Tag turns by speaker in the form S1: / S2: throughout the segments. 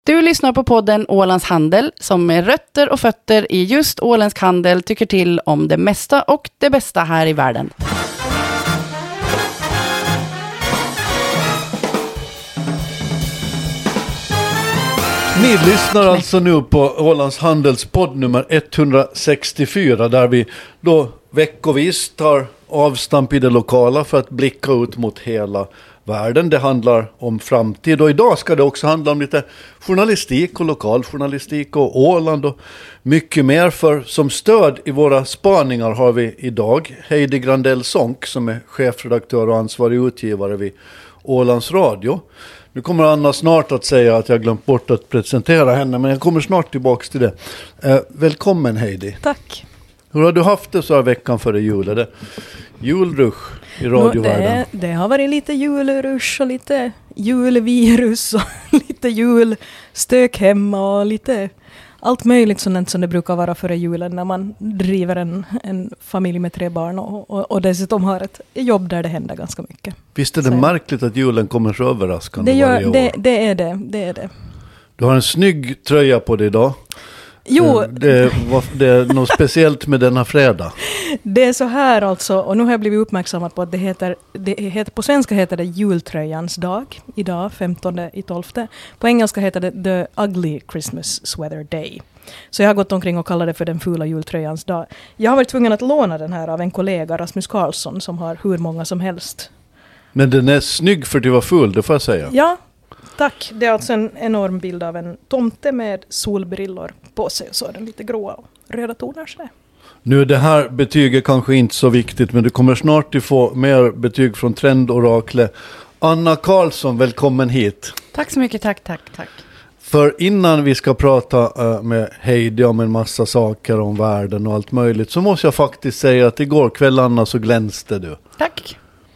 S1: Du lyssnar på podden Ålands Handel som med rötter och fötter i just åländsk handel tycker till om det mesta och det bästa här i världen.
S2: Ni lyssnar alltså nu på Ålands Handels podd nummer 164 där vi då veckovis tar avstamp i det lokala för att blicka ut mot hela världen. Det handlar om framtid och idag ska det också handla om lite journalistik och lokaljournalistik och Åland och mycket mer. För som stöd i våra spaningar har vi idag Heidi Grandell Sonck som är chefredaktör och ansvarig utgivare vid Ålands Radio. Nu kommer Anna snart att säga att jag glömt bort att presentera henne, men jag kommer snart tillbaka till det. Välkommen Heidi.
S3: Tack.
S2: Hur har du haft det så här veckan före jul? Är det julrush i radiovärlden?
S3: Det har varit lite julrush och lite julvirus och lite julstök hemma och lite allt möjligt sånt som det brukar vara före julen när man driver en familj med 3 barn och dessutom har ett jobb där det händer ganska mycket.
S2: Visst är det märkligt att julen kommer så överraskande varje år?
S3: Det är det.
S2: Du har en snygg tröja på dig idag.
S3: Jo.
S2: Det är något speciellt med denna fredag.
S3: Det är så här alltså, och nu har jag blivit uppmärksammad på att det heter på svenska heter det jultröjans dag, idag 15/12. På engelska heter det The Ugly Christmas Sweater Day. Så jag har gått omkring och kallat det för den fula jultröjans dag. Jag har varit tvungen att låna den här av en kollega, Rasmus Karlsson, som har hur många som helst.
S2: Men den är snygg för att vara ful, det får jag säga.
S3: Ja, tack. Det är alltså en enorm bild av en tomte med solbrillor på sig. Så är den lite gråa och röda toner. Så.
S2: Nu det här betyget kanske inte så viktigt, men du kommer snart att få mer betyg från Trendorakle. Anna Karlsson, välkommen hit.
S1: Tack så mycket, tack.
S2: För innan vi ska prata med Heidi om en massa saker om världen och allt möjligt så måste jag faktiskt säga att igår kväll, Anna, så glänste du.
S1: Tack.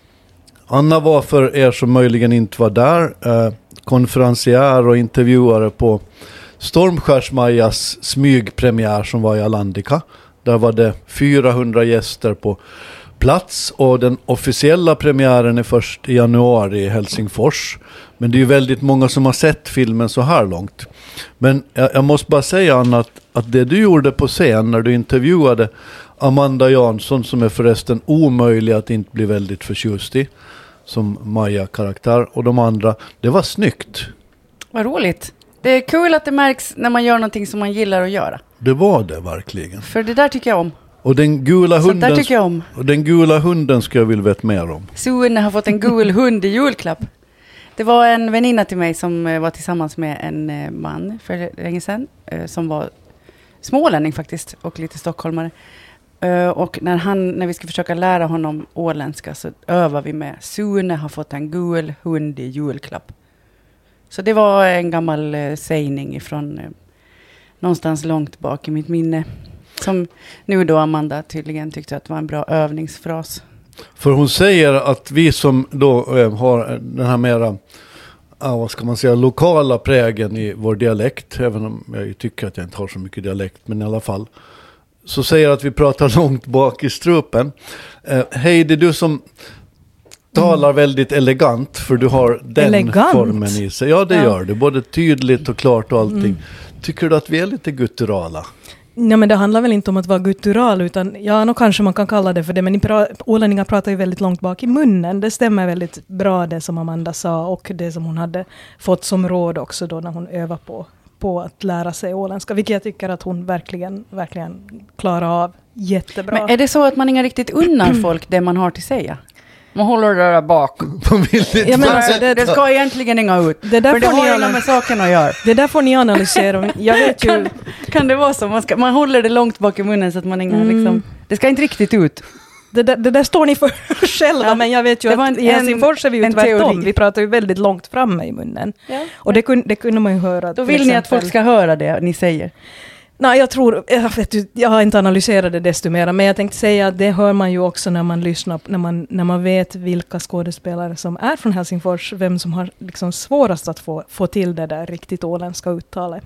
S2: Anna var, för er som möjligen inte var där, konferencier och intervjuare på Stormskärsmajas smygpremiär som var i Alandika. Där var det 400 gäster på plats och den officiella premiären är först i januari i Helsingfors. Men det är ju väldigt många som har sett filmen så här långt. Men jag måste bara säga, Anna, att det du gjorde på scen när du intervjuade Amanda Jansson, som är förresten omöjlig att inte bli väldigt förtjust i som Maja-karaktär, och de andra, det var snyggt.
S1: Vad roligt. Det är kul att det märks när man gör någonting som man gillar att göra.
S2: Det var det verkligen.
S1: För det där tycker jag om.
S2: Och den gula hunden,
S1: där tycker jag om.
S2: Och den gula hunden ska jag vilja veta mer om.
S1: Sune har fått en gul hund i julklapp. Det var en väninna till mig som var tillsammans med en man för länge sedan. Som var smålänning faktiskt och lite stockholmare. Och när vi ska försöka lära honom åländska så övar vi med Sune har fått en gul hund i julklapp. Så det var en gammal sägning från någonstans långt bak i mitt minne. Som nu då Amanda tydligen tyckte att var en bra övningsfras.
S2: För hon säger att vi som då har den här mera, vad ska man säga, lokala prägen i vår dialekt, även om jag tycker att jag inte har så mycket dialekt, men i alla fall, så säger att vi pratar långt bak i strupen. Heidi, du som talar väldigt elegant, för du har den
S3: elegant
S2: formen i sig. Ja, det gör du. Både tydligt och klart och allting. Tycker du att vi är lite gutturala?
S3: Nej, men det handlar väl inte om att vara guttural, utan kanske man kan kalla det för det, men ålänningar pratar ju väldigt långt bak i munnen. Det stämmer väldigt bra det som Amanda sa och det som hon hade fått som råd också då när hon övar på att lära sig åländska, vilket jag tycker att hon verkligen klarar av jättebra.
S1: Men är det så att man inte riktigt unnar folk det man har till säga? Man håller det där bak. Det ska egentligen inga ut.
S3: Det där
S1: för det har ju med saken att göra.
S3: Det där får ni analysera. Jag vet ju.
S1: Kan det vara så? Man håller det långt bak i munnen så att man inga liksom. Det ska inte riktigt ut.
S3: Det där står ni för själva, men jag vet ju att i Helsingfors är vi ju tvärtom. Vi pratar ju väldigt långt framme i munnen. Ja. Och det kunde man ju höra.
S1: Då vill ni att folk ska höra det ni säger.
S3: Nej, jag har inte analyserat det desto mer, men jag tänkte säga att det hör man ju också när man lyssnar, när man vet vilka skådespelare som är från Helsingfors, vem som har liksom svårast att få till det där riktigt åländska uttalet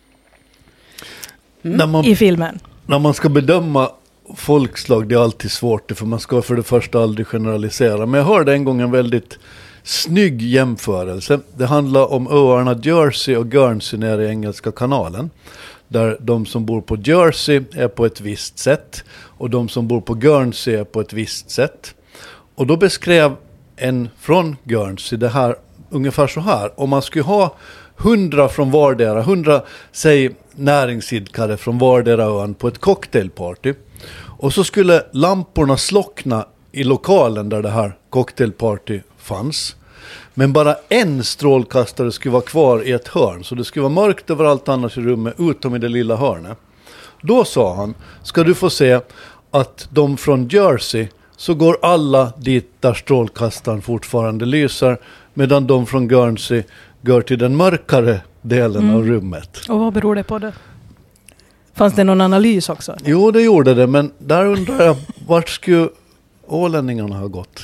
S3: i filmen.
S2: När man ska bedöma folkslag, det är alltid svårt, för man ska för det första aldrig generalisera. Men jag hörde en gång en väldigt snygg jämförelse. Det handlar om öarna Jersey och Guernsey nere i Engelska kanalen. Där de som bor på Jersey är på ett visst sätt och de som bor på Guernsey är på ett visst sätt. Och då beskrev en från Guernsey det här ungefär så här. Om man skulle ha 100 från vardera, 100 säg näringsidkare från vardera ön på ett cocktailparty. Och så skulle lamporna slockna i lokalen där det här cocktailparty fanns. Men bara en strålkastare skulle vara kvar i ett hörn. Så det skulle vara mörkt överallt annars i rummet utom i det lilla hörnet. Då sa han, ska du få se att de från Jersey så går alla dit där strålkastaren fortfarande lyser. Medan de från Guernsey går till den mörkare delen av rummet.
S3: Och vad beror det på det? Fanns det någon analys också?
S2: Jo, det gjorde det. Men där undrar jag, vart skulle ålänningarna ha gått?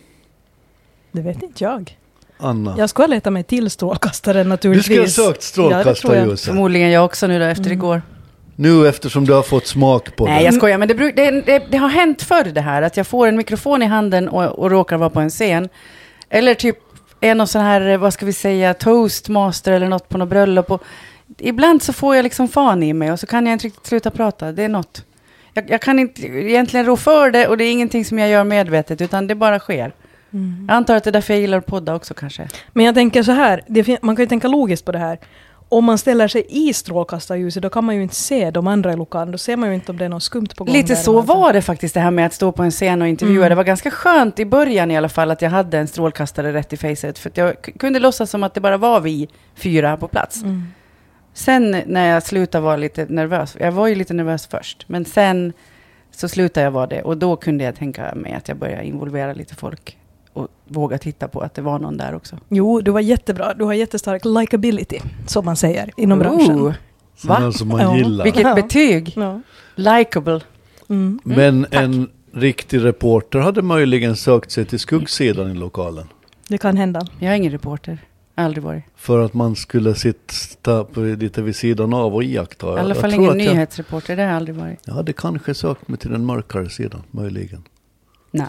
S3: Det vet inte jag.
S2: Anna.
S3: Jag ska leta mig till strålkastaren naturligtvis.
S2: Du ska ha sökt strålkastarljuset.
S1: Förmodligen jag också nu då efter igår.
S2: Nu eftersom du har fått smak på det.
S1: Nej, jag skojar. Men det har hänt förr det här. Att jag får en mikrofon i handen och råkar vara på en scen. Eller typ någon sån här, vad ska vi säga, toastmaster eller något på något bröllop. Och ibland så får jag liksom fan i mig och så kan jag inte riktigt sluta prata. Det är något. Jag kan inte egentligen rå för det och det är ingenting som jag gör medvetet utan det bara sker. Jag antar att det är därför jag gillar att podda också kanske.
S3: Men jag tänker så här, man kan ju tänka logiskt på det här. Om man ställer sig i strålkastarljuset då kan man ju inte se de andra i lokalen. Då ser man ju inte om det är något skumt på gång.
S1: Lite så var det faktiskt det här med att stå på en scen och intervjua. Det var ganska skönt i början i alla fall att jag hade en strålkastare rätt i facet. För att jag kunde låtsas som att det bara var vi 4 på plats. Sen när jag slutade vara lite nervös. Jag var ju lite nervös först. Men sen så slutade jag vara det. Och då kunde jag tänka mig att jag började involvera lite folk. Och våga titta på att det var någon där också.
S3: Jo, du var jättebra. Du har jättestark likability, som man säger inom branschen.
S2: Va? Som man gillar.
S1: Vilket betyg. Ja. Likeable.
S2: Men en riktig reporter hade möjligen sökt sig till skuggsidan i lokalen.
S3: Det kan hända.
S1: Jag är ingen reporter. Aldrig varit.
S2: För att man skulle sitta lite vid sidan av och iaktta.
S1: I alla fall ingen nyhetsreporter, det har jag aldrig varit.
S2: Ja, det kanske sökt mig till den mörkare sidan, möjligen.
S1: Nej.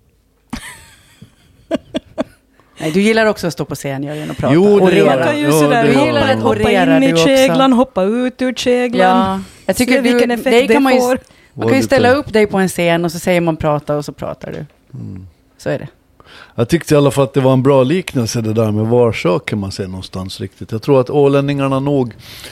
S1: Nej, du gillar också att stå på scen, Jörgen, och prata.
S2: Jo,
S3: det gör jag. Ju sådär, du gillar att hoppa in i käglan, hoppa ut ur käglan.
S1: Ja, jag tycker vilken effekt det kan man får. Man kan ju ställa upp dig på en scen och så säger man prata och så pratar du. Så är det.
S2: Jag tyckte i alla fall att det var en bra liknelse det där med var söker man sig någonstans riktigt. Jag tror att ålänningarna nog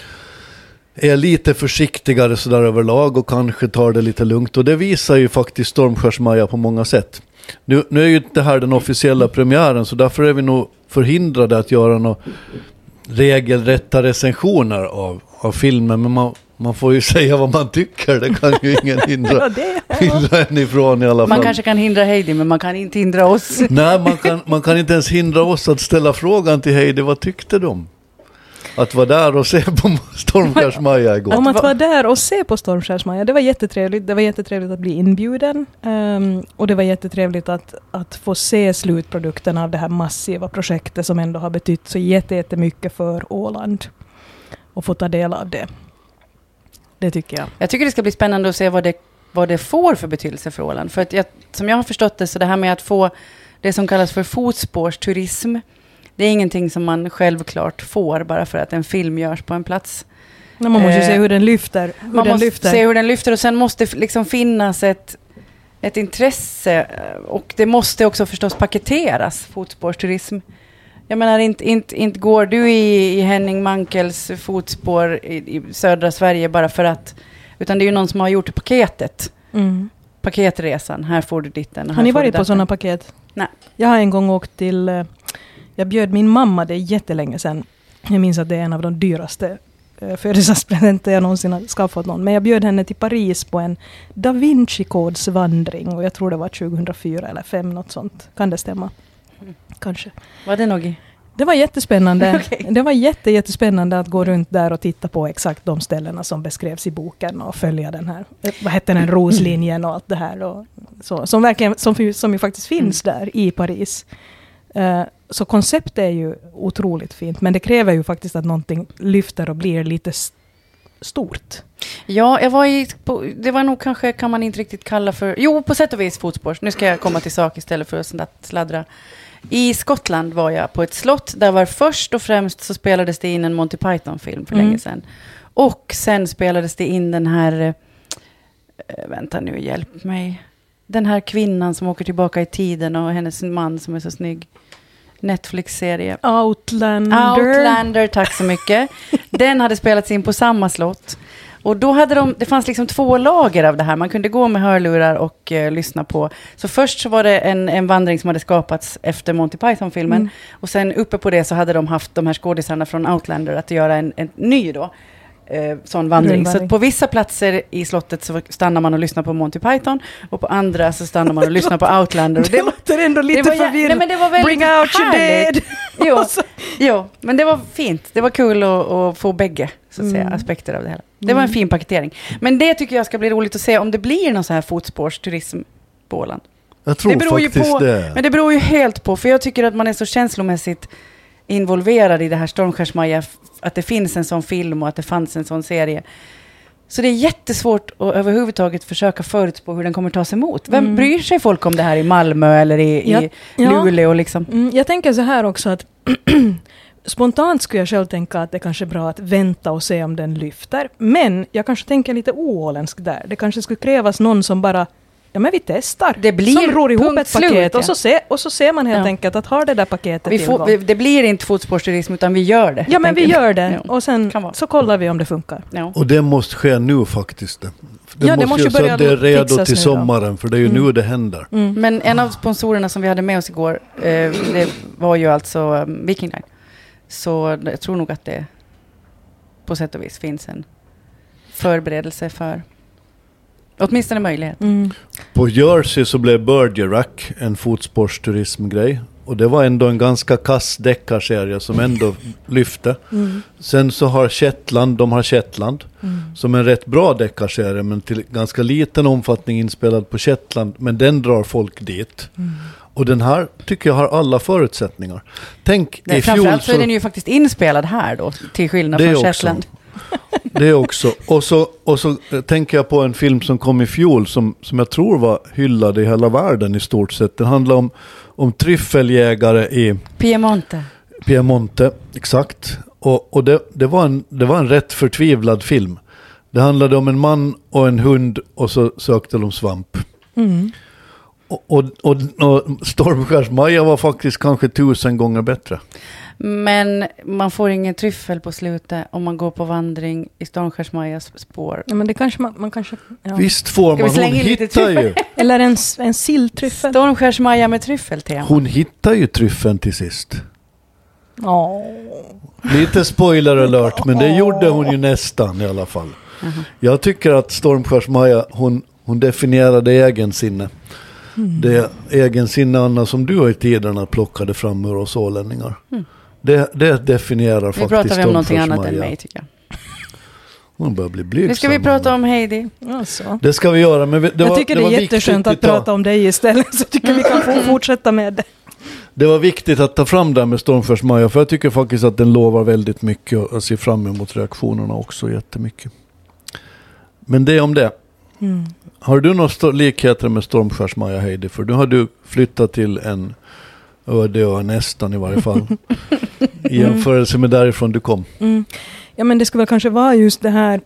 S2: är lite försiktigare sådär överlag och kanske tar det lite lugnt. Och det visar ju faktiskt Stormskärsmaja på många sätt. Nu är ju inte här den officiella premiären så därför är vi nog förhindrade att göra några regelrätta recensioner av filmen. Men man får ju säga vad man tycker. Det kan ju ingen hindra en ifrån i alla fall.
S1: Man kanske kan hindra Heidi men man kan inte hindra oss.
S2: Nej, man kan inte ens hindra oss att ställa frågan till Heidi. Vad tyckte de? Att vara där och se på Stormskärsmaja igår.
S3: Om att vara där och se på Stormskärsmaja, det var jättetrevligt. Det var jättetrevligt att bli inbjuden. Och det var jättetrevligt att få se slutprodukten av det här massiva projektet som ändå har betytt så jättemycket för Åland. Och få ta del av det. Det tycker jag.
S1: Jag tycker det ska bli spännande att se vad det får för betydelse för Åland. För att som jag har förstått det så det här med att få det som kallas för fotspårsturism. Det är ingenting som man självklart får bara för att en film görs på en plats.
S3: Man måste ju se hur den lyfter.
S1: Se hur den lyfter och sen måste det liksom finnas ett intresse och det måste också förstås paketeras, fotspårsturism. Jag menar, inte går du i Henning Mankels fotspår i södra Sverige bara för att, utan det är ju någon som har gjort paketet. Paketresan, här får du ditten.
S3: Har ni varit på sådana paket?
S1: Nej.
S3: Jag har en gång åkt till... Jag bjöd min mamma, det är jättelänge sedan. Jag minns att det är en av de dyraste födelsedagspresenter jag någonsin har skaffat någon. Men jag bjöd henne till Paris på en Da Vinci-kodsvandring. Och jag tror det var 2004 eller 2005, något sånt. Kan det stämma? Kanske.
S1: Var det nog?
S3: Det var jättespännande.
S1: Okay.
S3: Det var jättespännande att gå runt där och titta på exakt de ställena som beskrevs i boken och följa den här, vad hette den, Roslinjen och allt det här. Och så, som ju faktiskt finns där i Paris. Så konceptet är ju otroligt fint, men det kräver ju faktiskt att någonting lyfter och blir lite stort.
S1: Ja, det var nog kanske, kan man inte riktigt kalla för, jo på sätt och vis fotspår. Nu ska jag komma till sak istället för att sladdra. I Skottland var jag på ett slott. Där var först och främst så spelades det in en Monty Python-film för länge sedan. Och sen spelades det in den här... vänta nu, hjälp mig. Den här kvinnan som åker tillbaka i tiden och hennes man som är så snygg. Netflix-serie.
S3: Outlander,
S1: tack så mycket. Den hade spelats in på samma slott. Och då hade det fanns liksom 2 lager av det här. Man kunde gå med hörlurar och lyssna på. Så först så var det en vandring som hade skapats efter Monty Python-filmen. Och sen uppe på det så hade de haft de här skådisarna från Outlander att göra en ny då. Sån vandring. Så på vissa platser i slottet så stannar man och lyssnar på Monty Python och på andra så stannar man och lyssnar på Outlander. Och
S3: det låter ändå lite förvirrande.
S1: Nej, men det var väldigt
S3: Bring out
S1: härligt.
S3: your dead!
S1: Jo, men det var fint. Det var kul att få bägge så att säga, aspekter av det hela. Det var en fin paketering. Men det tycker jag ska bli roligt att se om det blir någon så här fotspårsturism på Åland.
S2: Jag tror
S1: det beror
S2: faktiskt
S1: ju på,
S2: det.
S1: Men det beror ju helt på, för jag tycker att man är så känslomässigt involverad i det här Stormskärsmaja, att det finns en sån film och att det fanns en sån serie. Så det är jättesvårt att överhuvudtaget försöka förutspå hur den kommer tas emot. Vem bryr sig folk om det här i Malmö eller i Luleå liksom?
S3: Jag tänker så här också att spontant skulle jag själv tänka att det kanske är bra att vänta och se om den lyfter. Men jag kanske tänker lite oåländsk där. Det kanske skulle krävas någon som bara men vi testar.
S1: Det blir
S3: som ror ihop ett paket
S1: slut,
S3: och så ser man helt enkelt att har det där paketet
S1: det blir inte fotspårsturism utan vi gör det.
S3: Ja, men vi gör det. Och sen så kollar vi om det funkar.
S2: Ja. Och det måste ske nu faktiskt.
S3: Det måste börja
S2: det är redo till sommaren för det är ju nu det händer.
S1: Men en av sponsorerna som vi hade med oss igår det var ju alltså Viking Line. Så jag tror nog att det på sätt och vis finns en förberedelse för åtminstone möjlighet.
S2: På Jersey så blev Bergerac en fotspårsturismgrej. Och det var ändå en ganska kass deckarserie som ändå lyfte. Sen så har Shetland som en rätt bra deckarserie men till ganska liten omfattning inspelad på Shetland. Men den drar folk dit. Och den här tycker jag har alla förutsättningar. Tänk i fjol
S1: framförallt så är den ju faktiskt inspelad här då, till skillnad från Shetland.
S2: Det också. Och så tänker jag på en film som kom i fjol som jag tror var hyllad i hela världen i stort sett. Den handlar om tryffeljägare i Piemonte, exakt. Och det var en rätt förtvivlad film. Det handlade om en man och en hund och så sökte de svamp. Och Stormskärsmaja var faktiskt kanske 1000 gånger bättre.
S1: Men man får ingen tryffel på slutet om man går på vandring i Stormskärsmajas spår.
S3: Ja, men det kanske man kanske... Ja.
S2: Visst får man, hon hittar ju.
S3: Eller en silltryffel.
S1: Stormskärsmaja med tryffeltema.
S2: Hon hittar ju tryffeln till sist. Lite spoiler alert, men det gjorde hon ju nästan i alla fall. Jag tycker att Stormskärsmaja, hon definierade egensinne. Det egensinne, Anna, som du i tiderna plockade fram ur oss ålänningar. Det definierar faktiskt Stormskärsmaja.
S1: Nu pratar vi om någonting annat än mig, tycker jag.
S2: Hon börjar bli blygsam.
S1: Nu ska vi prata om Heidi.
S3: Alltså.
S2: Det ska vi göra. Men
S3: jag tycker det är jätteskönt att prata om dig istället. Så tycker vi kan fortsätta med det.
S2: Det var viktigt att ta fram det med Stormskärsmaja. För jag tycker faktiskt att den lovar väldigt mycket. Och jag ser fram emot reaktionerna också jättemycket. Men det om det. Har du några likheter med Stormskärsmaja, Heidi? För nu har du flyttat till en öde nästan i varje fall. I jämförelse med därifrån du kom.
S3: Ja, men det skulle väl kanske vara just det här...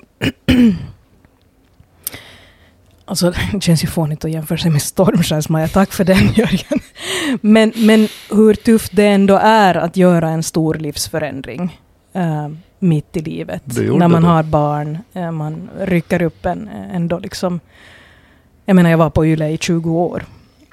S3: Alltså, det känns ju fånigt att jämföra sig med Stormskärsmaja. Tack för den, Jörgen. Men hur tufft det ändå är att göra en stor livsförändring mitt i livet. När man har barn. Man rycker upp ändå liksom... Jag menar, jag var på YLE i 20 år.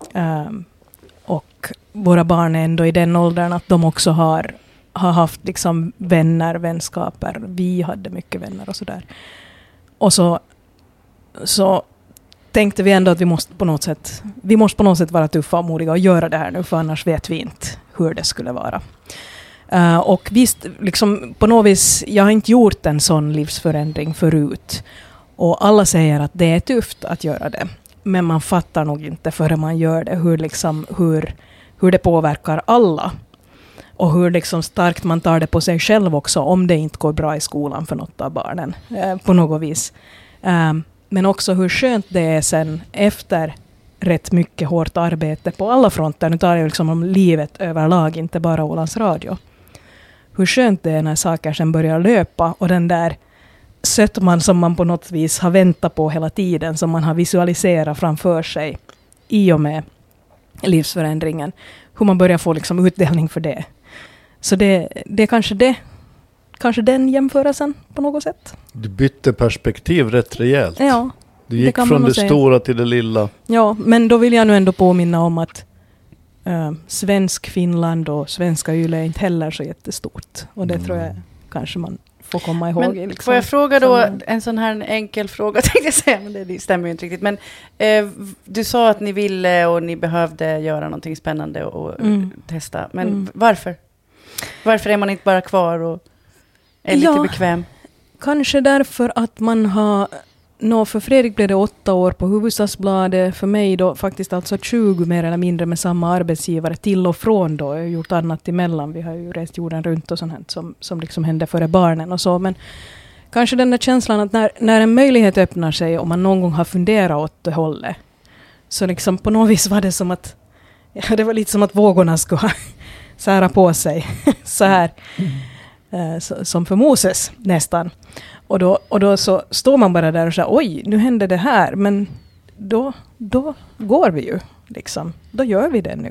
S3: Och våra barn är ändå i den åldern att de också har haft liksom vänskaper. Vi hade mycket vänner och sådär. Och så tänkte vi ändå att vi måste på något sätt vara tuffa och modiga och göra det här nu, för annars vet vi inte hur det skulle vara. Och visst, liksom, på något vis, jag har inte gjort en sån livsförändring förut. Och alla säger att det är tufft att göra det. Men man fattar nog inte förrän man gör det hur det påverkar alla. Och hur liksom starkt man tar det på sig själv också om det inte går bra i skolan för något av barnen. På något vis. Men också hur skönt det är sen efter rätt mycket hårt arbete på alla fronter. Nu tar jag liksom om livet överlag, inte bara Ålands Radio. Hur skönt det är när saker sen börjar löpa och den där sötman som man på något vis har väntat på hela tiden, som man har visualiserat framför sig i och med livsförändringen. Hur man börjar få liksom utdelning för det. Så det är kanske den jämförelsen på något sätt.
S2: Du bytte perspektiv rätt rejält.
S3: Ja.
S2: Du gick från det stora till det lilla.
S3: Ja, men då vill jag nu ändå påminna om att svensk Finland och svenska Yle är inte heller så jättestort. Och det tror jag kanske man får komma ihåg.
S1: Men
S3: liksom,
S1: får jag fråga då en sån här enkel fråga tänkte jag säga, men det stämmer ju inte riktigt. Men du sa att ni ville och ni behövde göra någonting spännande och testa. Men varför? Varför är man inte bara kvar och är lite bekväm?
S3: Kanske därför att man har... för Fredrik blev det 8 år på Hufvudstadsbladet. För mig då faktiskt alltså 20 mer eller mindre med samma arbetsgivare till och från då. Jag har gjort annat emellan. Vi har ju rest jorden runt och sånt här som liksom hände före barnen och så. Men kanske den där känslan att när en möjlighet öppnar sig och man någon gång har funderat åt det hållet. Så liksom på något vis var det som att... Ja, det var lite som att vågorna skulle ha sära på sig. Så här. Som för Moses nästan. Och då så står man bara där och säger oj, nu hände det här. Men då går vi ju. Liksom. Då gör vi det nu.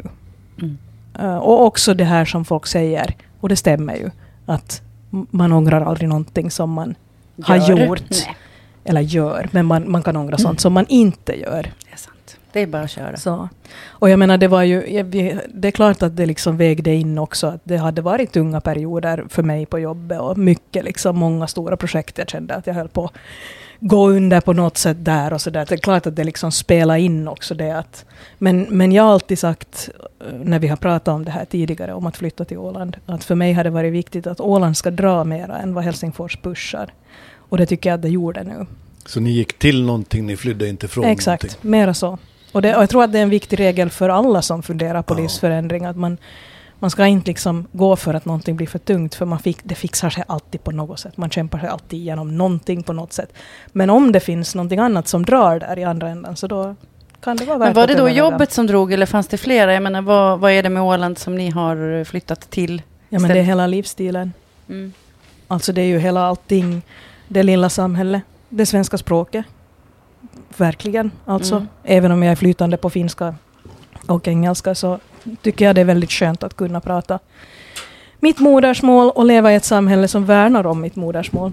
S3: Och också det här som folk säger. Och det stämmer ju. Att man ångrar aldrig någonting som man har gjort. Nej. Eller gör. Men man kan ångra sånt som man inte gör.
S1: Det är sant. Det är bara att köra.
S3: Så. Och jag menar, det var ju... Det är klart att det liksom vägde in också. Att det hade varit tunga perioder för mig på jobbet. Och mycket liksom, många stora projekt. Jag kände att jag höll på att gå under på något sätt där och så där. Det är klart att det liksom spelar in också det. Att, men jag har alltid sagt, när vi har pratat om det här tidigare, om att flytta till Åland. Att för mig har det varit viktigt att Åland ska dra mera än vad Helsingfors pushar. Och det tycker jag att det gjorde nu.
S2: Så ni gick till någonting, ni flydde inte från
S3: någonting? Exakt, mera så. Och jag tror att det är en viktig regel för alla som funderar på livsförändring. Att man ska inte liksom gå för att någonting blir för tungt. För det fixar sig alltid på något sätt. Man kämpar sig alltid igenom någonting på något sätt. Men om det finns någonting annat som drar där i andra änden, så då kan det vara värt.
S1: Men var det då jobbet som drog eller fanns det flera? Jag menar, vad är det med Åland som ni har flyttat till?
S3: Ja, men det är hela livsstilen. Alltså det är ju hela allting. Det lilla samhället. Det svenska språket. Verkligen. Alltså, även om jag är flytande på finska och engelska, så tycker jag det är väldigt skönt att kunna prata mitt modersmål och leva i ett samhälle som värnar om mitt modersmål.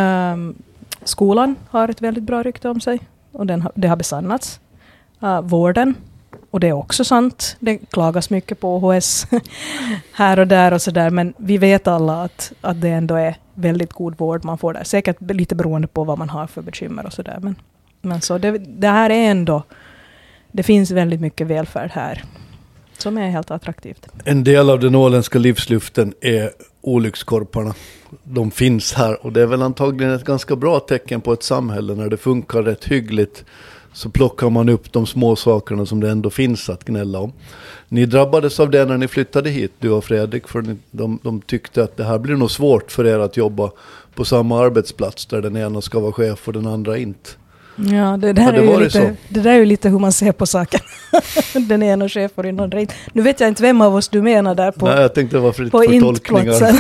S3: Skolan har ett väldigt bra rykte om sig och det har besannats. Vården, och det är också sant. Det klagas mycket på OHS här och där och sådär, men vi vet alla att det ändå är väldigt god vård man får där. Säkert lite beroende på vad man har för bekymmer och sådär, men så det här är ändå, det finns väldigt mycket välfärd här som är helt attraktivt.
S2: En del av den åländska livsluften är olyckskorparna. De finns här och det är väl antagligen ett ganska bra tecken på ett samhälle. När det funkar rätt hyggligt så plockar man upp de små sakerna som det ändå finns att gnälla om. Ni drabbades av det när ni flyttade hit, du och Fredrik, för de tyckte att det här blir nog svårt för er att jobba på samma arbetsplats där den ena ska vara chef och den andra inte.
S3: Ja, det där är ju lite hur man ser på saken. Den ena chef och den andra inte. Nu vet jag inte vem av oss du menar där på.
S2: Nej, jag tänkte det var fritt för tolkningar.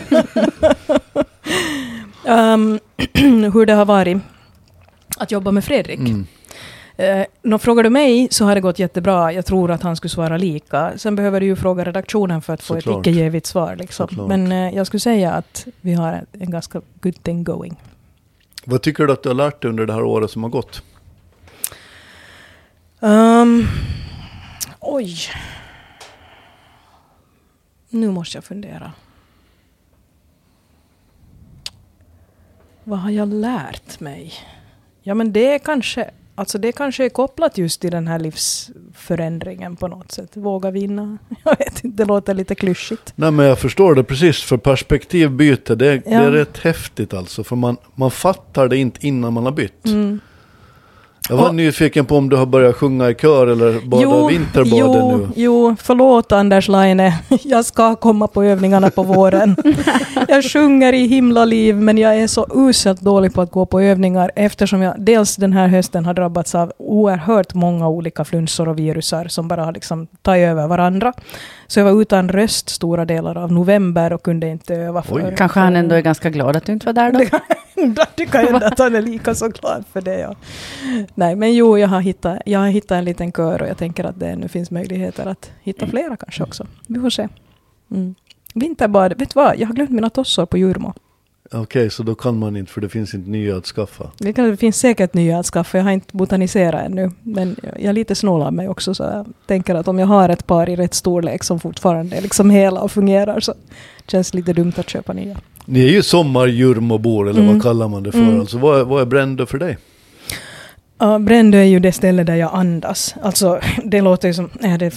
S3: Hur det har varit att jobba med Fredrik. Nå, frågar du mig så har det gått jättebra. Jag tror att han skulle svara lika. Sen behöver du ju fråga redaktionen för att få ett icke-givet svar. Liksom. Men jag skulle säga att vi har en ganska good thing going.
S2: Vad tycker du att du har lärt dig under det här året som har gått?
S3: Oj. Nu måste jag fundera. Vad har jag lärt mig? Ja, men det kanske är kopplat just till den här livsförändringen på något sätt. Våga vinna. Jag vet inte, det låter lite klyschigt.
S2: Nej, men jag förstår det precis. För perspektivbyte, det är rätt häftigt alltså. För man fattar det inte innan man har bytt. Jag var nyfiken på om du har börjat sjunga i kör eller bada vinterbaden nu.
S3: Jo, förlåt Anders Laine. Jag ska komma på övningarna på våren. Jag sjunger i himlaliv, men jag är så uselt dålig på att gå på övningar eftersom jag dels den här hösten har drabbats av oerhört många olika flunsor och virusar som bara har liksom tagit över varandra. Så jag var utan röst stora delar av november och kunde inte öva för.
S1: Kanske han ändå är ganska glad att du inte var där då?
S3: Det kan ju att han är lika så glad för det, ja. Nej, men jo, jag har hittat en liten kör och jag tänker att det nu finns möjligheter att hitta flera kanske också. Vi får se. Vinterbad, vet du vad? Jag har glömt mina tossor på Djurmo.
S2: Okej, så då kan man inte, för det finns inte nya att skaffa.
S3: Det finns säkert nya att skaffa, jag har inte botaniserat ännu. Men jag är lite snål av mig också, så jag tänker att om jag har ett par i rätt storlek som fortfarande är liksom hela och fungerar, så känns det lite dumt att köpa nya.
S2: Ni är ju sommardjurmobor, eller vad kallar man det för? Alltså, vad är Brändö för dig?
S3: Ja, Brändö är ju det ställe där jag andas. Alltså, det låter ju som...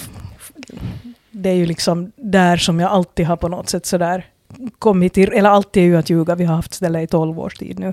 S3: det är ju liksom där som jag alltid har på något sätt sådär kommit till... Eller alltid är ju att ljuga. Vi har haft ställe i 12 års tid nu.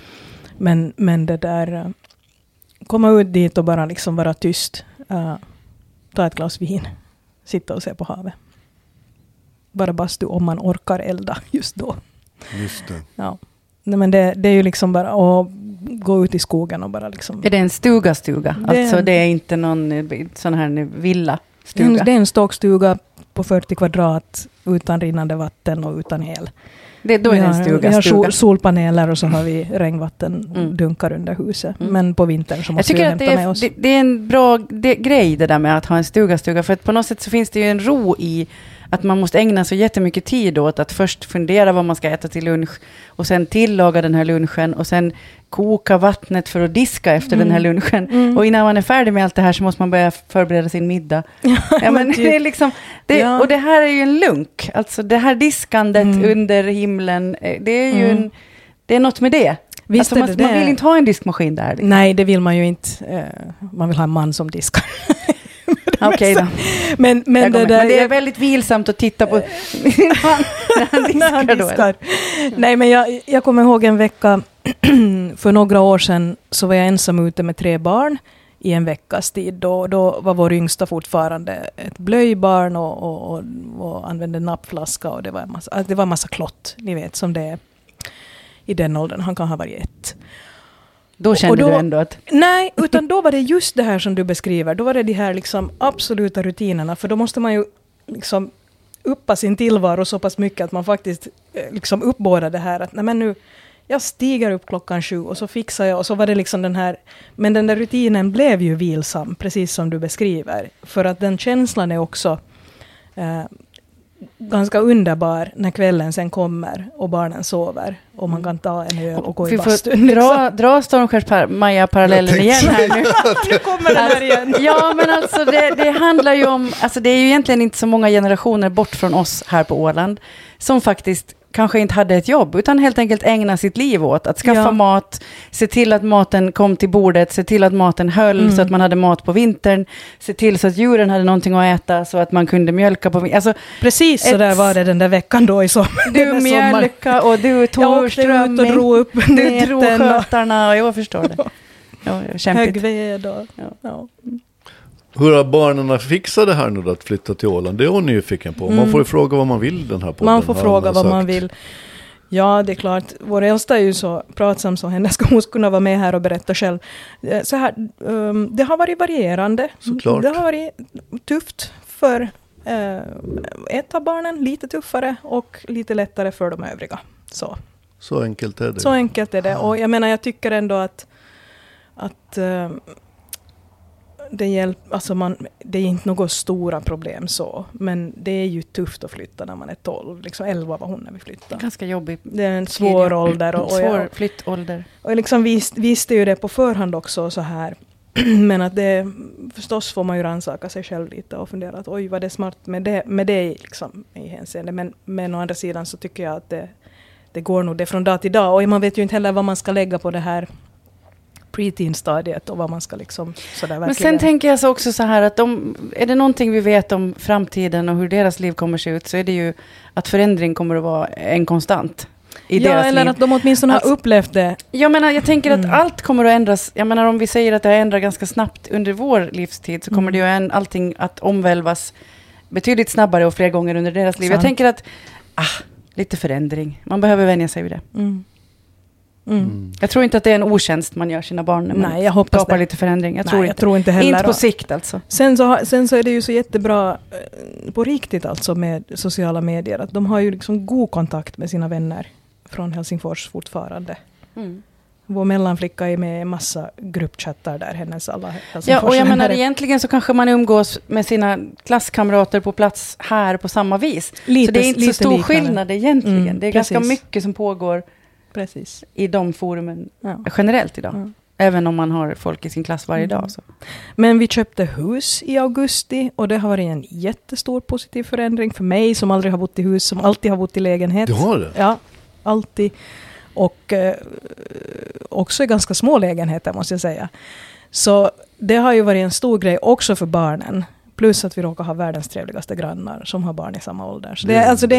S3: Men det där... Komma ut dit och bara liksom vara tyst. Ta ett glas vin. Sitta och se på havet. Bara bastu om man orkar elda just då.
S2: Just det.
S3: Ja. Nej, men det är ju liksom bara att gå ut i skogen och bara liksom...
S1: Är det en stuga? Alltså det är inte någon sån här villa-stuga?
S3: Det är en stockstuga på 40 kvadrat utan rinnande vatten och utan el.
S1: Då är det en stuga.
S3: Vi har solpaneler och så har vi regnvatten dunkar under huset. Men på vintern så måste vi hämta med oss.
S1: Det är en bra grej det där med att ha en stuga. För att på något sätt så finns det ju en ro i att man måste ägna så jättemycket tid åt att först fundera vad man ska äta till lunch och sen tillaga den här lunchen och sen koka vattnet för att diska efter den här lunchen. Och innan man är färdig med allt det här så måste man börja förbereda sin middag. Men det är liksom, och det här är ju en lunk. Alltså det här diskandet under himlen, det är ju det är något med det.
S3: Visst
S1: alltså man vill inte ha en diskmaskin där. Liksom.
S3: Nej, det vill man ju inte. Man vill ha en man som diskar.
S1: Okej då.
S3: Men det
S1: är väldigt vilsamt att titta på när han diskar.
S3: Nej, men jag kommer ihåg en vecka för några år sedan så var jag ensam ute med 3 barn i en veckas tid. Då var vår yngsta fortfarande ett blöjbarn och använde nappflaska och det var en massa klott, ni vet, som det är i den åldern. Han kan ha varit 1.
S1: Då kände du ändå att...
S3: Nej, utan då var det just det här som du beskriver. Då var det de här liksom absoluta rutinerna. För då måste man ju liksom uppa sin tillvaro så pass mycket att man faktiskt liksom uppbådar det här. Att nej, men nu, jag stiger upp 7:00 och så fixar jag. Och så var det liksom den här... Men den där rutinen blev ju vilsam, precis som du beskriver. För att den känslan är också... ganska underbar när kvällen sen kommer och barnen sover och man kan ta en öl och gå i bastun.
S1: Vi får dra Stormskärs-Maja-parallellen igen här nu.
S3: Nu kommer den här igen.
S1: Ja, men alltså det handlar ju om, alltså det är ju egentligen inte så många generationer bort från oss här på Åland som faktiskt kanske inte hade ett jobb utan helt enkelt ägna sitt liv åt att skaffa mat, se till att maten kom till bordet, se till att maten höll så att man hade mat på vintern, se till så att djuren hade någonting att äta så att man kunde mjölka på vintern. Alltså,
S3: precis så där var det den där veckan då i sommar.
S1: Du mjölka och du tog strömming,
S3: och drog upp
S1: du drog skötarna och jag förstår det. Ja, kämpigt.
S3: Högved och... Ja.
S2: Hur har barnen fixat det här nu då, att flytta till Åland? Det är hon nyfiken på. Man får ju fråga vad man vill den här podden.
S3: Man får fråga vad man vill. Ja, det är klart. Vår äldsta är ju så pratsam så henne ska hon kunna vara med här och berätta själv. Så här, det har varit varierande.
S2: Såklart.
S3: Det har varit tufft för ett av barnen, lite tuffare och lite lättare för de övriga.
S2: Så enkelt är det.
S3: Så enkelt är det. Och jag menar, jag tycker ändå att det är inte något stora problem så, men det är ju tufft att flytta när man är 12, liksom 11 var hon när vi flyttade.
S1: Ganska jobbigt.
S3: Det är en svår ålder.
S1: Svår flyttålder.
S3: Och jag liksom visste ju det på förhand också så här, men att det, förstås får man ju rannsaka sig själv lite och fundera att oj, vad det är smart med det liksom, i hänseende. Men å andra sidan så tycker jag att det går nog det från dag till dag, och man vet ju inte heller vad man ska lägga på det här preteen-stadiet och vad man ska liksom sådär verkligen.
S1: Men sen tänker jag så också så här att är det någonting vi vet om framtiden och hur deras liv kommer se ut, så är det ju att förändring kommer att vara en konstant i deras
S3: eller
S1: liv.
S3: att de åtminstone har upplevt det.
S1: Jag tänker att allt kommer att ändras. Jag menar, om vi säger att det har ändrat ganska snabbt under vår livstid, så kommer det ju allting att omvälvas betydligt snabbare och fler gånger under deras liv.
S3: Sant.
S1: Jag tänker att lite förändring. Man behöver vänja sig vid det. Jag tror inte att det är en otjänst man gör sina barn när man
S3: jag hoppas
S1: skapar
S3: det.
S1: lite förändring.
S3: Jag tror inte heller.
S1: Inte på sikt alltså.
S3: Sen så är det ju så jättebra på riktigt alltså med sociala medier. Att de har ju liksom god kontakt med sina vänner från Helsingfors fortfarande. Vår mellanflicka är med i en massa gruppchattar där hennes alla Helsingfors.
S1: Ja, och jag menar egentligen så kanske man umgås med sina klasskamrater på plats här på samma vis. Så det är inte så stor skillnad egentligen. Det är ganska mycket som pågår i de forumen generellt idag. Även om man har folk i sin klass varje dag. Så.
S3: Men vi köpte hus i augusti och det har varit en jättestor positiv förändring för mig som aldrig har bott i hus, som alltid har bott i lägenhet.
S2: Du har det?
S3: Ja, alltid. Och också i ganska små lägenheter måste jag säga. Så det har ju varit en stor grej också för barnen. Plus att vi råkar ha världens trevligaste grannar som har barn i samma ålder. Så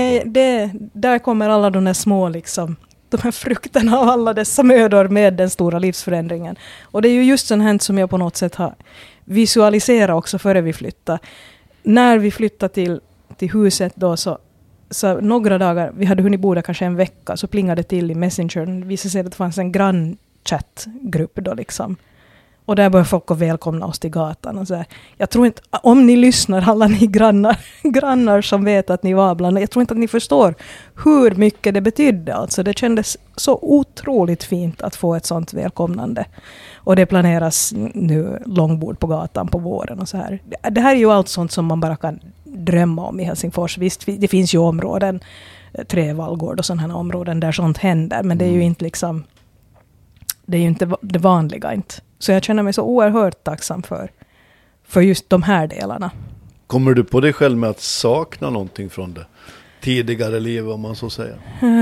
S3: där kommer alla de där små liksom, de här frukterna av alla dessa mödor med den stora livsförändringen. Och det är ju just sånt här som jag på något sätt har visualiserat också före vi flyttade. När vi flyttade till huset då så några dagar, vi hade hunnit bo där kanske en vecka, så plingade det till i Messenger. Det visade sig att det fanns en grannchattgrupp då liksom. Och där började folk att välkomna oss till gatan. Och så här. Jag tror inte, om ni lyssnar, alla ni grannar som vet att ni var bland, jag tror inte att ni förstår hur mycket det betydde. Alltså, det kändes så otroligt fint att få ett sånt välkomnande. Och det planeras nu långbord på gatan på våren och så här. Det här är ju allt sånt som man bara kan drömma om i Helsingfors. Visst, det finns ju områden, Trevallgård och sådana här områden där sånt händer. Men det är ju inte liksom, det är ju inte det vanliga inte. Så jag känner mig så oerhört tacksam för just de här delarna.
S2: Kommer du på dig själv med att sakna någonting från det tidigare livet, om man så säger?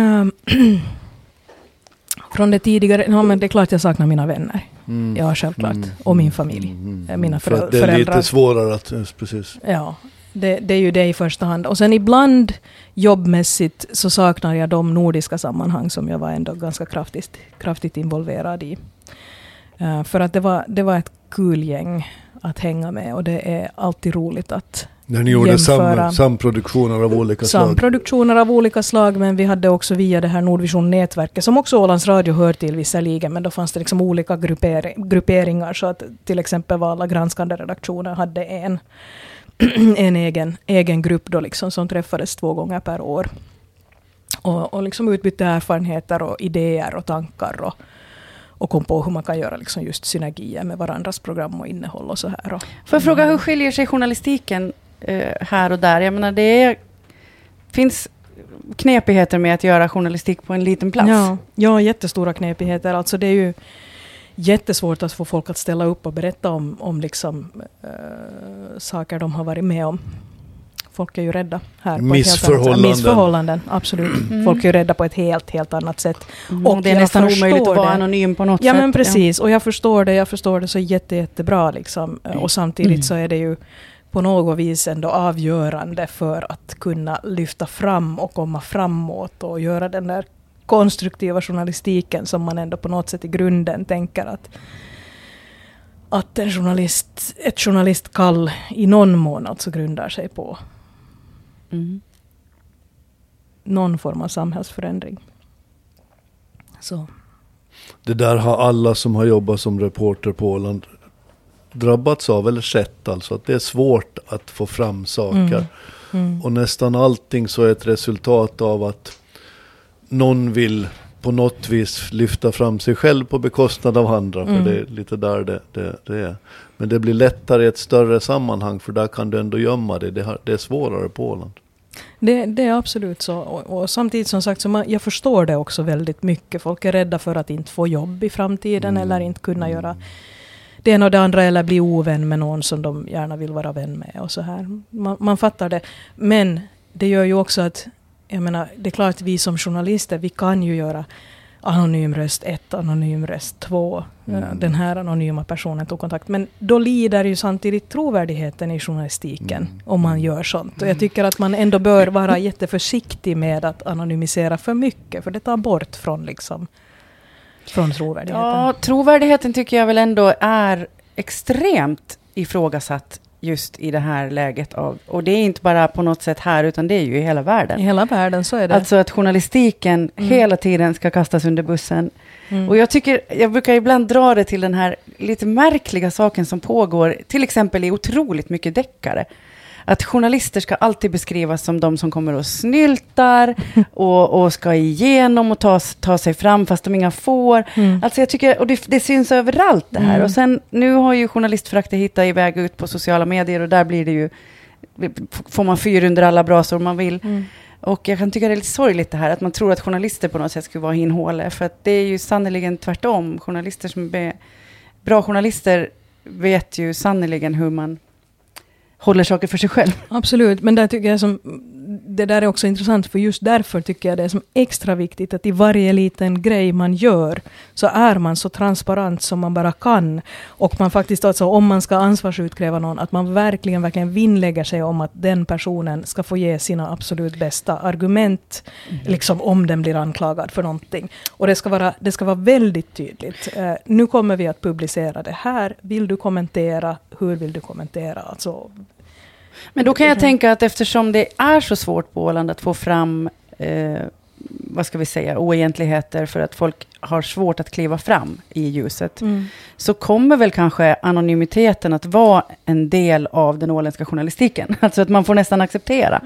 S3: Från det tidigare, men det är klart jag saknar mina vänner. Ja, självklart. Och min familj. Mina föräldrar.
S2: Det är lite svårare att, precis.
S3: Ja, det är ju det i första hand. Och sen ibland jobbmässigt så saknar jag de nordiska sammanhang som jag var ändå ganska kraftigt involverad i. För att det var ett kul gäng att hänga med, och det är alltid roligt att
S2: när ni gjorde samproduktioner av olika slag.
S3: Samproduktioner av olika slag, men vi hade också via det här Nordvision-nätverket, som också Ålands Radio hör till visserligen, men då fanns det liksom olika grupperingar, så att till exempel var alla granskande redaktioner hade en egen grupp då liksom, som träffades 2 gånger per år. Och liksom utbytte erfarenheter och idéer och tankar och kom på hur man kan göra liksom just synergier med varandras program och innehåll och så här.
S1: Får jag fråga, hur skiljer sig journalistiken här och där? Jag menar, det finns knepigheter med att göra journalistik på en liten plats.
S3: Ja, jättestora knepigheter. Alltså det är ju jättesvårt att få folk att ställa upp och berätta om liksom, saker de har varit med om. Folk är ju rädda här på missförhållanden, absolut. Folk är ju rädda på ett helt annat sätt.
S1: Och det är nästan omöjligt att vara anonym på något sätt.
S3: Ja, men precis. Och jag förstår det så jättebra liksom. Och samtidigt så är det ju på något vis ändå avgörande för att kunna lyfta fram och komma framåt och göra den där konstruktiva journalistiken som man ändå på något sätt i grunden tänker att ett journalistkall i någon mån alltså grundar sig på. Någon form av samhällsförändring. Så.
S2: Det där har alla som har jobbat som reporter på Åland drabbats av eller sett, alltså att det är svårt att få fram saker. Och nästan allting så är ett resultat av att någon vill på något vis lyfta fram sig själv på bekostnad av andra, för det är lite där det är. Men det blir lättare i ett större sammanhang, för där kan du ändå gömma det. Det är svårare på Åland.
S3: Det är absolut så. Och samtidigt som sagt, så jag förstår det också väldigt mycket. Folk är rädda för att inte få jobb i framtiden eller inte kunna göra det ena och det andra, eller bli ovän med någon som de gärna vill vara vän med och så här. Man fattar det. Men det gör ju också att, jag menar, det är klart att vi som journalister, vi kan ju göra anonym röst 1, anonym röst 2. Den här anonyma personen tog kontakt. Men då lider ju samtidigt trovärdigheten i journalistiken om man gör sånt. Och jag tycker att man ändå bör vara jätteförsiktig med att anonymisera för mycket. För det tar bort från trovärdigheten.
S1: Ja, trovärdigheten tycker jag väl ändå är extremt ifrågasatt just i det här läget. Och det är inte bara på något sätt här, utan det är ju i hela världen.
S3: I hela världen, så är det.
S1: Alltså att journalistiken hela tiden ska kastas under bussen. Och jag brukar ibland dra det till den här lite märkliga saken som pågår, till exempel i otroligt mycket deckare. Att journalister ska alltid beskrivas som de som kommer och snyltar och ska igenom och ta sig fram fast de inga får. Alltså jag tycker, och det syns överallt det här. Och sen, nu har ju journalistfrakter hittat iväg ut på sociala medier och där blir det ju, får man fyr under alla brasor man vill. Och jag kan tycka det är lite sorgligt det här, att man tror att journalister på något sätt skulle vara hinhåle. För att det är ju sannoliken tvärtom. Journalister som är bra journalister vet ju sannoliken hur man håller saker för sig själv.
S3: Absolut, men där tycker jag det där är också intressant, för just därför tycker jag det är som extra viktigt att i varje liten grej man gör så är man så transparent som man bara kan. Och man faktiskt alltså, om man ska ansvarsutkräva någon, att man verkligen vinnlägger sig om att den personen ska få ge sina absolut bästa argument liksom om den blir anklagad för någonting. Och det ska vara väldigt tydligt. Nu kommer vi att publicera det här. Vill du kommentera? Hur vill du kommentera? Alltså,
S1: men då kan jag tänka att eftersom det är så svårt på Åland att få fram vad ska vi säga, oegentligheter för att folk har svårt att kliva fram i ljuset, så kommer väl kanske anonymiteten att vara en del av den åländska journalistiken. Alltså att man får nästan acceptera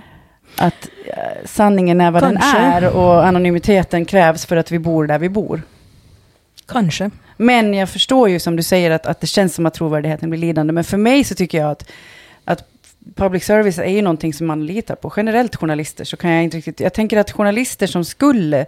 S1: att sanningen är vad den är och anonymiteten krävs för att vi bor där vi bor.
S3: Kanske.
S1: Men jag förstår ju som du säger att det känns som att trovärdigheten blir lidande. Men för mig så tycker jag att public service är ju någonting som man litar på. Generellt journalister så kan jag inte riktigt... Jag tänker att journalister som skulle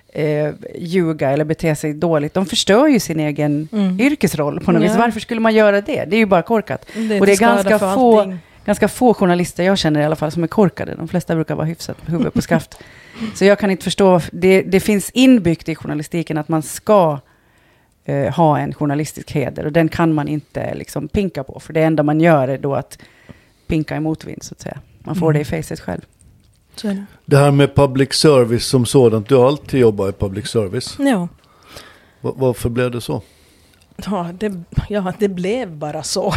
S1: ljuga eller bete sig dåligt, de förstör ju sin egen yrkesroll på något vis. Varför skulle man göra det? Det är ju bara korkat. Och det är ganska få journalister jag känner i alla fall som är korkade. De flesta brukar vara hyfsat huvud på skaft. Så jag kan inte förstå... Det finns inbyggt i journalistiken att man ska ha en journalistisk heder. Och den kan man inte liksom pinka på. För det enda man gör är då att pinka i motvind, så att säga. Man får det i facet själv.
S2: Det här med public service som sådant, du har alltid jobbat i public service.
S3: Ja.
S2: Varför blev det så?
S3: Det blev bara så.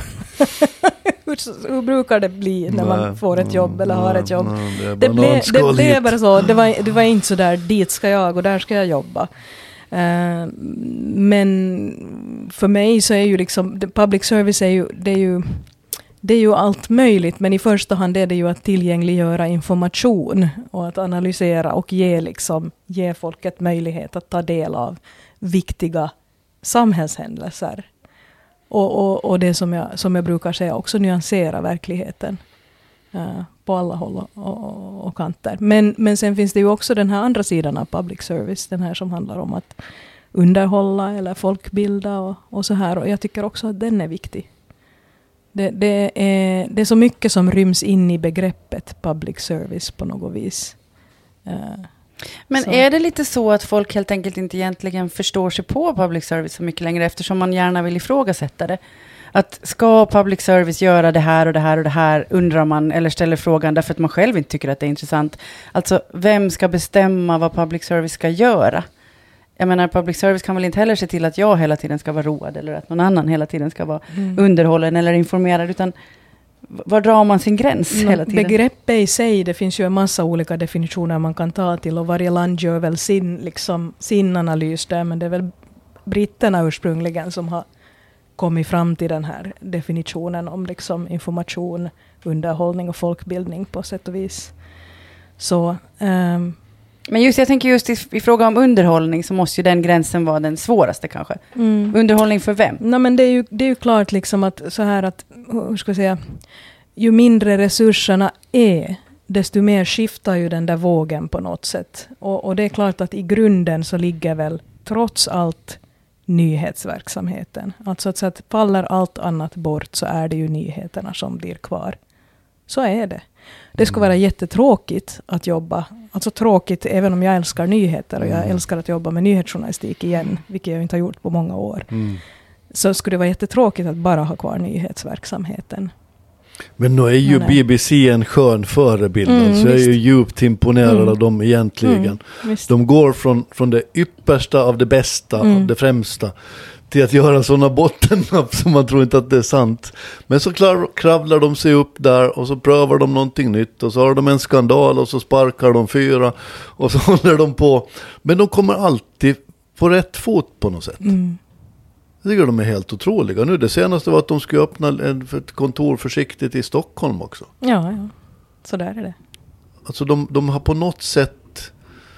S3: Hur brukar det bli när man får ett jobb eller har ett jobb? Det blev bara så. Det var inte så där, dit ska jag och där ska jag jobba. Men för mig så är ju liksom public service det är ju allt möjligt, men i första hand är det ju att tillgängliggöra information och att analysera och ge folket möjlighet att ta del av viktiga samhällshändelser. Och det som jag brukar säga också nyansera verkligheten på alla håll och kanter. Men sen finns det ju också den här andra sidan av public service, den här som handlar om att underhålla eller folkbilda och så här. Och jag tycker också att den är viktig. Det är så mycket som ryms in i begreppet public service på något vis.
S1: Men så. Är det lite så att folk helt enkelt inte egentligen förstår sig på public service så mycket längre, eftersom man gärna vill ifrågasätta det? Att ska public service göra det här och det här och det här, undrar man eller ställer frågan därför att man själv inte tycker att det är intressant. Alltså, vem ska bestämma vad public service ska göra? Jag menar, public service kan väl inte heller se till att jag hela tiden ska vara road eller att någon annan hela tiden ska vara underhållen eller informerad, utan var drar man sin gräns hela tiden?
S3: Begreppet i sig, det finns ju en massa olika definitioner man kan ta till och varje land gör väl sin analys där, men det är väl britterna ursprungligen som har kommit fram till den här definitionen om liksom information, underhållning och folkbildning på sätt och vis. Så...
S1: Men jag tänker just i fråga om underhållning så måste ju den gränsen vara den svåraste kanske. Underhållning för vem?
S3: Nej, men det är ju klart liksom att så här att, hur ska jag säga, ju mindre resurserna är, desto mer skiftar ju den där vågen på något sätt. Och det är klart att i grunden så ligger väl trots allt nyhetsverksamheten. Alltså så att faller allt annat bort så är det ju nyheterna som blir kvar. Så är det. Det skulle vara jättetråkigt att jobba. Alltså tråkigt även om jag älskar nyheter och jag älskar att jobba med nyhetsjournalistik igen, vilket jag inte har gjort på många år. Så skulle det vara jättetråkigt att bara ha kvar nyhetsverksamheten.
S2: Men nu är ju BBC en skön förebild. Så jag är ju djupt imponerad av dem egentligen. De går från det yppersta av det bästa, av det främsta, till att göra sådana bottennapp som man tror inte att det är sant. Men så kravlar de sig upp där och så prövar de någonting nytt och så har de en skandal och så sparkar de 4 och så håller de på. Men de kommer alltid på rätt fot på något sätt. Jag tycker de är helt otroliga. Nu det senaste var att de skulle öppna ett kontor försiktigt i Stockholm också.
S3: Ja. Så där är det.
S2: Alltså de har på något sätt,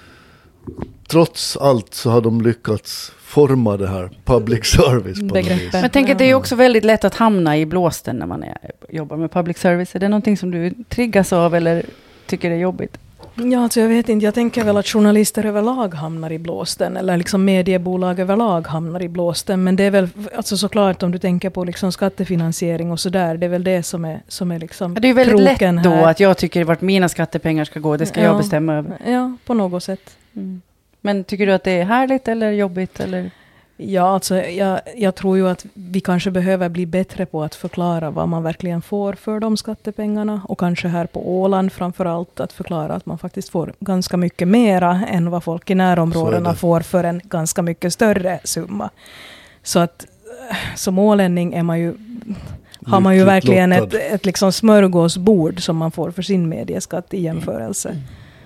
S2: trots allt så har de lyckats forma det här public service på något vis.
S1: Men jag tänker att det är också väldigt lätt att hamna i blåsten när man jobbar med public service. Är det någonting som du triggas av eller tycker det är jobbigt?
S3: Ja, alltså jag vet inte. Jag tänker väl att journalister överlag hamnar i blåsten. Eller liksom mediebolag överlag hamnar i blåsten. Men det är väl alltså såklart om du tänker på liksom skattefinansiering och sådär. Det är väl det som är liksom
S1: det är väldigt lätt då
S3: här.
S1: att jag tycker vart mina skattepengar ska gå. Det ska jag bestämma över.
S3: Ja, på något sätt.
S1: Men tycker du att det är härligt eller jobbigt? Eller?
S3: Ja, alltså jag tror ju att vi kanske behöver bli bättre på att förklara vad man verkligen får för de skattepengarna. Och kanske här på Åland framförallt att förklara att man faktiskt får ganska mycket mera än vad folk i närområdena får för en ganska mycket större summa. Så att som ålänning är man ju, har man ju verkligen ett liksom smörgåsbord som man får för sin medieskatt i jämförelse.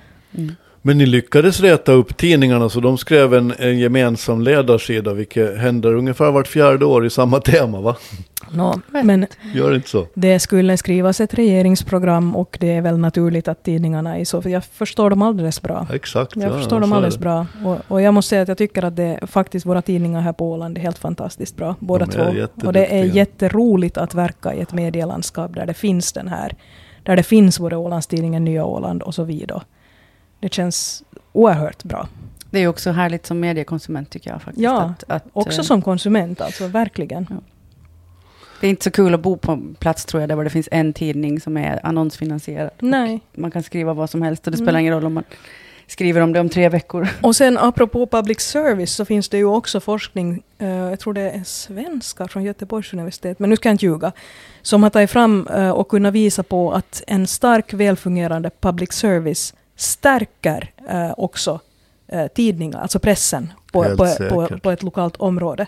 S2: Men ni lyckades reta upp tidningarna så de skrev en gemensam ledarsida, vilket händer ungefär vart 4:e år i samma tema, va?
S3: Men
S2: gör inte så.
S3: Det skulle skrivas ett regeringsprogram och det är väl naturligt att tidningarna är så, för jag förstår dem alldeles bra.
S2: Exakt.
S3: Jag förstår dem alldeles bra. Och jag måste säga att jag tycker att det faktiskt våra tidningar här på Åland är helt fantastiskt bra, båda två. Och det är jätteroligt att verka i ett medielandskap där det finns där det finns både Ålandstidningen, Nya Åland och så vidare. Det känns oerhört bra.
S1: Det är också härligt som mediekonsument tycker jag faktiskt.
S3: Ja, också som konsument alltså, verkligen. Ja.
S1: Det är inte så kul att bo på en plats tror jag där det finns en tidning som är annonsfinansierad.
S3: Nej.
S1: Man kan skriva vad som helst och det spelar ingen roll om man skriver om det om 3 veckor.
S3: Och sen apropå public service så finns det ju också forskning, jag tror det är svenskar från Göteborgs universitet, men nu ska jag inte ljuga, som har tagit fram och kunnat visa på att en stark välfungerande public service stärker också tidningar, alltså pressen på ett lokalt område.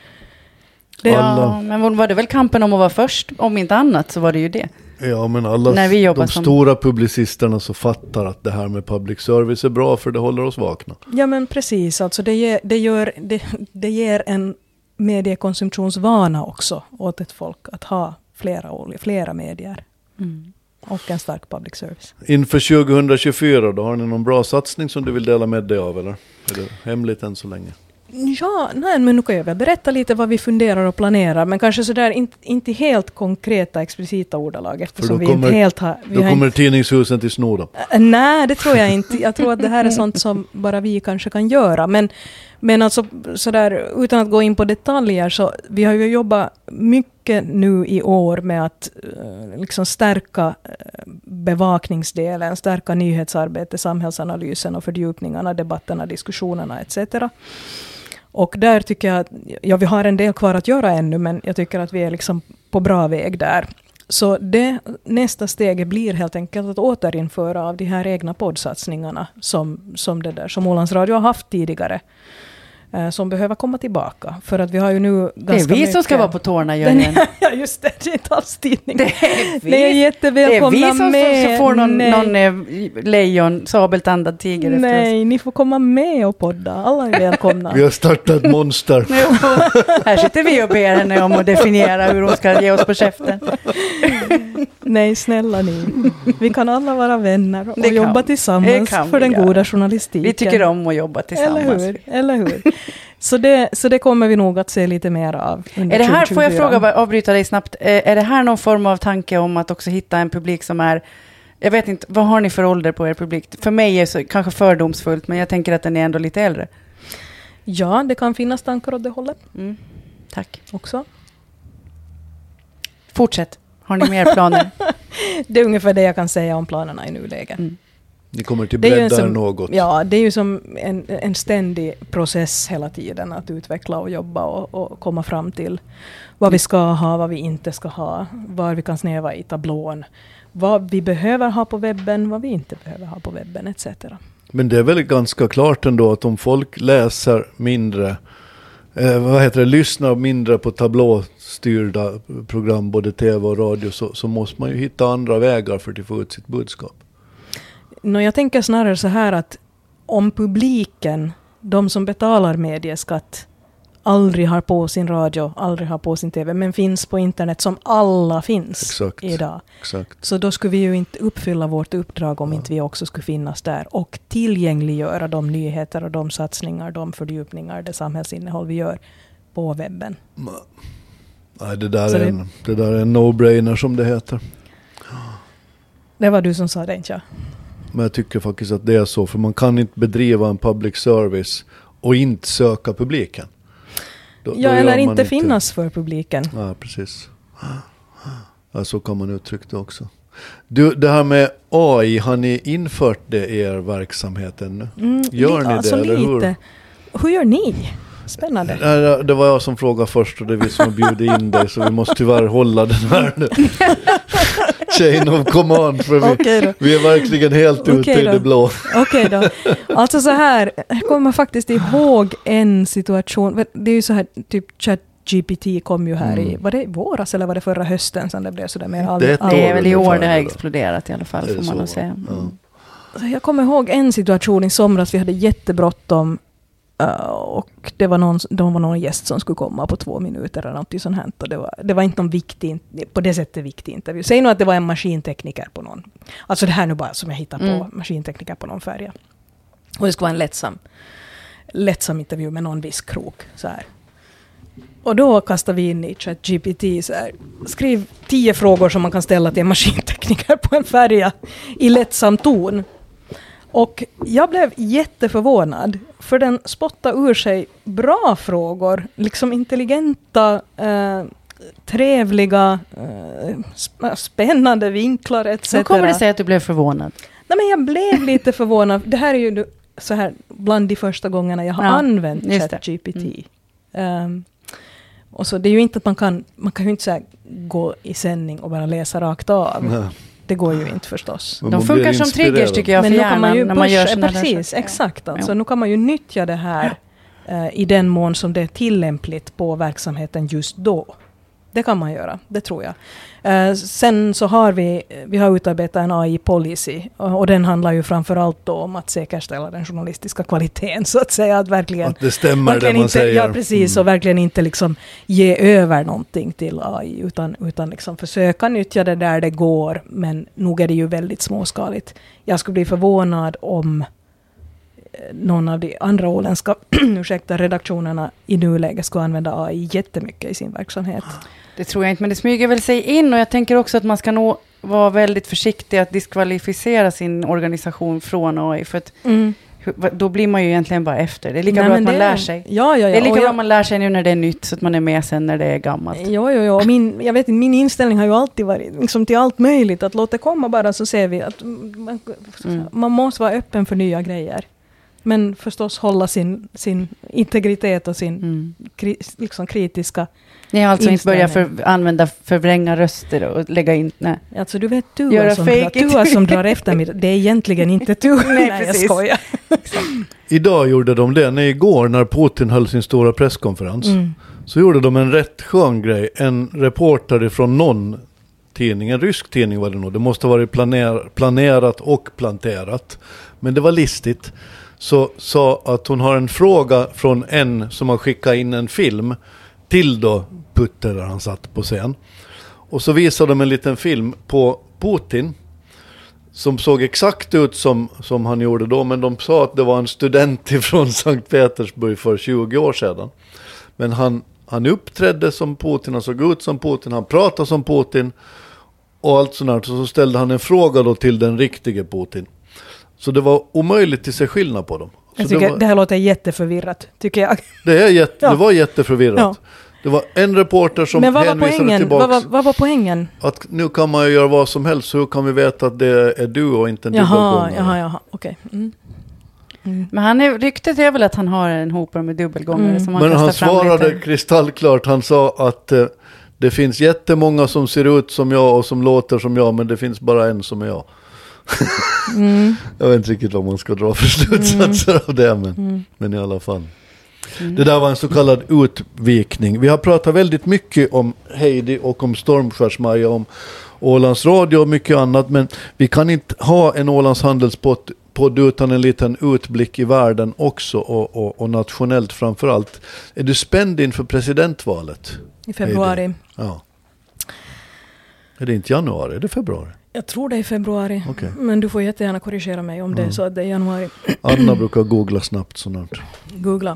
S1: Men var det väl kampen om att vara först? Om inte annat så var det ju det.
S2: Ja, men alla de stora publicisterna så fattar att det här med public service är bra för det håller oss vakna.
S3: Ja, men precis. Alltså det ger en mediekonsumtionsvana också åt ett folk att ha flera medier. Och en stark public service.
S2: Inför 2024 då har ni någon bra satsning som du vill dela med dig av, eller? Är det hemligt än så länge?
S3: Ja, men nu kan jag väl berätta lite vad vi funderar och planerar, men kanske sådär inte helt konkreta, explicita ordalag, eftersom vi inte helt har...
S2: Då kommer tidningshusen till snor då?
S3: Nej, det tror jag inte. Jag tror att det här är sånt som bara vi kanske kan göra, men alltså sådär, utan att gå in på detaljer, så vi har ju jobbat mycket nu i år med att liksom stärka bevakningsdelen, stärka nyhetsarbetet, samhällsanalysen och fördjupningarna, debatterna, diskussionerna etc. Och där tycker jag att vi har en del kvar att göra ännu, men jag tycker att vi är liksom på bra väg där. Så nästa steg blir helt enkelt att återinföra av de här egna poddsatsningarna som Ålands Radio har haft tidigare. Som behöver komma tillbaka. För att vi har ju nu ganska
S1: Det är vi som ska vara på tårna, Jörgen.
S3: Ja, just det. Det är inte alls tidning.
S1: Det är vi.
S3: Det är jättevälkomna med.
S1: Det är vi som får någon lejon, sabeltandad tiger efter oss.
S3: Nej, ni får komma med och podda. Alla är välkomna.
S2: Vi har startat ett monster.
S1: Här sitter vi och ber henne om att definiera hur hon ska ge oss på käften.
S3: Nej, snälla ni. Vi kan alla vara vänner och jobba tillsammans för den goda journalistiken.
S1: Vi tycker om att jobba tillsammans.
S3: Eller hur? Så det kommer vi nog att se lite mer av under
S1: är det här,
S3: 2024.
S1: får jag fråga, avbryta dig snabbt. Är det här någon form av tanke om att också hitta en publik som är, jag vet inte, vad har ni för ålder på er publik? För mig är det kanske fördomsfullt, men jag tänker att den är ändå lite äldre.
S3: Ja, det kan finnas tankar åt det hållet.
S1: Tack.
S3: Också.
S1: Fortsätt. Har ni mer planer?
S3: Det är ungefär det jag kan säga om planerna i nuläget.
S2: Ni kommer till bredda något.
S3: Ja, det är ju som en ständig process hela tiden att utveckla och jobba och komma fram till vad vi ska ha, vad vi inte ska ha, var vi kan snäva i tablån, vad vi behöver ha på webben, vad vi inte behöver ha på webben, etc.
S2: Men det är väl ganska klart ändå att om folk läser mindre, lyssnar mindre på tablåstyrda program, både tv och radio, så måste man ju hitta andra vägar för att få ut sitt budskap.
S3: Jag tänker snarare så här att om publiken, de som betalar medieskatt, aldrig har på sin radio, aldrig har på sin tv, men finns på internet som alla finns idag.
S2: Exakt.
S3: Så då skulle vi ju inte uppfylla vårt uppdrag om inte vi också skulle finnas där och tillgängliggöra de nyheter och de satsningar, de fördjupningar, det samhällsinnehåll vi gör på webben.
S2: Nej, det där är en no-brainer som det heter.
S3: Det var du som sa det, inte jag.
S2: Men jag tycker faktiskt att det är så, för man kan inte bedriva en public service och inte söka publiken. Då
S3: eller inte finnas för publiken.
S2: Ja, precis. Ja, så kan man uttrycka det också. Du, det här med AI, har ni infört det i er verksamhet ännu? Gör ni
S3: alltså
S2: det, eller hur?
S3: Hur gör ni? Spännande.
S2: Det var jag som frågade först och det är vi som har bjudit in dig, så vi måste tyvärr hålla den här nu. Chain of command, för vi är verkligen helt ute i det blå.
S3: Okej då. Alltså så här, jag kommer faktiskt ihåg en situation, det är ju så här, typ ChatGPT kom ju här i, var det våras eller var det förra hösten som det blev så där mer
S1: det är väl i år det har exploderat i alla fall, får man nog säga.
S3: Så jag kommer ihåg en situation i somras, vi hade jättebråttom. Och det var någon gäst som skulle komma på 2 minuter eller något sånt här. Och det var inte någon på det sättet viktig intervju. Säg nog att det var en maskintekniker på någon. Alltså det här nu bara som jag hittar på. Maskintekniker på någon färja. Och det skulle vara en lättsam intervju med någon viss krok. Så här. Och då kastar vi in i ChatGPT så här. Skriv 10 frågor som man kan ställa till en maskintekniker på en färja i lättsam ton. Och jag blev jätteförvånad, för den spottade ur sig bra frågor, liksom intelligenta, trevliga, spännande vinklar etc.
S1: Hur kommer det sig att du blev förvånad?
S3: Nej, men jag blev lite förvånad. Det här är ju så här bland de första gångerna jag har använt ChatGPT. Och så det är ju inte att man kan ju inte så här gå i sändning och bara läsa rakt av. Nej. Det går ju inte förstås.
S1: De funkar som triggers tycker jag för hjärnan när man gör sådana där.
S3: Precis, exakt. Alltså, nu kan man ju nyttja det här i den mån som det är tillämpligt på verksamheten just då. Det kan man göra, det tror jag. Sen så har vi har utarbetat en AI-policy och den handlar ju framförallt då om att säkerställa den journalistiska kvaliteten, så att säga, att verkligen
S2: att det stämmer det man
S3: inte,
S2: säger.
S3: Ja, precis, och verkligen inte liksom ge över någonting till AI utan liksom försöka nyttja det där det går, men nog är det ju väldigt småskaligt. Jag skulle bli förvånad om någon av de andra åländska redaktionerna i nuläget ska använda AI jättemycket i sin verksamhet.
S1: Det tror jag inte, men det smyger väl sig in, och jag tänker också att man ska nog vara väldigt försiktig att diskvalificera sin organisation från AI, för att då blir man ju egentligen bara efter. Det är lika bra att man lär sig.
S3: Ja.
S1: Det är lika bra att man lär sig nu när det är nytt, så att man är med sen när det är gammalt.
S3: Ja. Jag vet, min inställning har ju alltid varit liksom till allt möjligt, att låta komma bara, så ser vi att man måste vara öppen för nya grejer. Men förstås hålla sin integritet och sin liksom kritiska. Ni har alltså inte börjat
S1: använda förvränga röster och lägga in... Nej.
S3: Alltså du vet, Tua som drar efter mig. Det är egentligen inte du. Nej, jag skojar.
S2: Idag gjorde de det. Igår när Putin höll sin stora presskonferens så gjorde de en rätt skön grej. En reporter från någon tidning, en rysk tidning var det nog. Det måste ha varit planerat och planterat. Men det var listigt. Så sa att hon har en fråga från en som har skickat in en film till då Putte där han satt på scen. Och så visade de en liten film på Putin som såg exakt ut som han gjorde då, men de sa att det var en student från Sankt Petersburg för 20 år sedan. Men han uppträdde som Putin, han såg ut som Putin, han pratade som Putin och allt sånt där. Så ställde han en fråga då till den riktiga Putin. Så det var omöjligt att se skillnad på dem.
S3: Jag tycker det här låter jätteförvirrat, tycker jag.
S2: Det var jätteförvirrat. Det var en reporter som hänvisade tillbaka.
S3: Vad var poängen?
S2: Att nu kan man ju göra vad som helst. Så hur kan vi veta att det är du och inte en dubbelgångare?
S3: Jaha, okej.
S1: Men ryktet är väl att han har en hopare med dubbelgångare som han
S2: Men han
S1: kastar fram
S2: svarade
S1: lite.
S2: kristallklart. Han sa att det finns jättemånga som ser ut som jag och som låter som jag, men det finns bara en som är jag. Jag vet inte riktigt vad man ska dra för slutsatser av det, men i alla fall. Det där var en så kallad utvikning. Vi har pratat väldigt mycket om Heidi och om Stormskärsmaja, om Ålands Radio och mycket annat, men vi kan inte ha en Ålands handelspodd utan en liten utblick i världen också och nationellt framförallt. Är du spänd inför presidentvalet?
S3: I februari.
S2: Heidi? Ja. Är det inte januari? Är det februari?
S3: Jag tror det är februari.
S2: Okay.
S3: Men du får jättegärna korrigera mig om det är så att det är januari.
S2: Anna brukar googla snabbt sånt.
S3: Googla.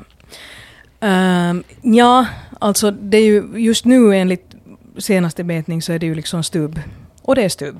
S3: Ja, alltså det är ju just nu enligt senaste mätning så är det ju liksom Stubb. Och det är Stubb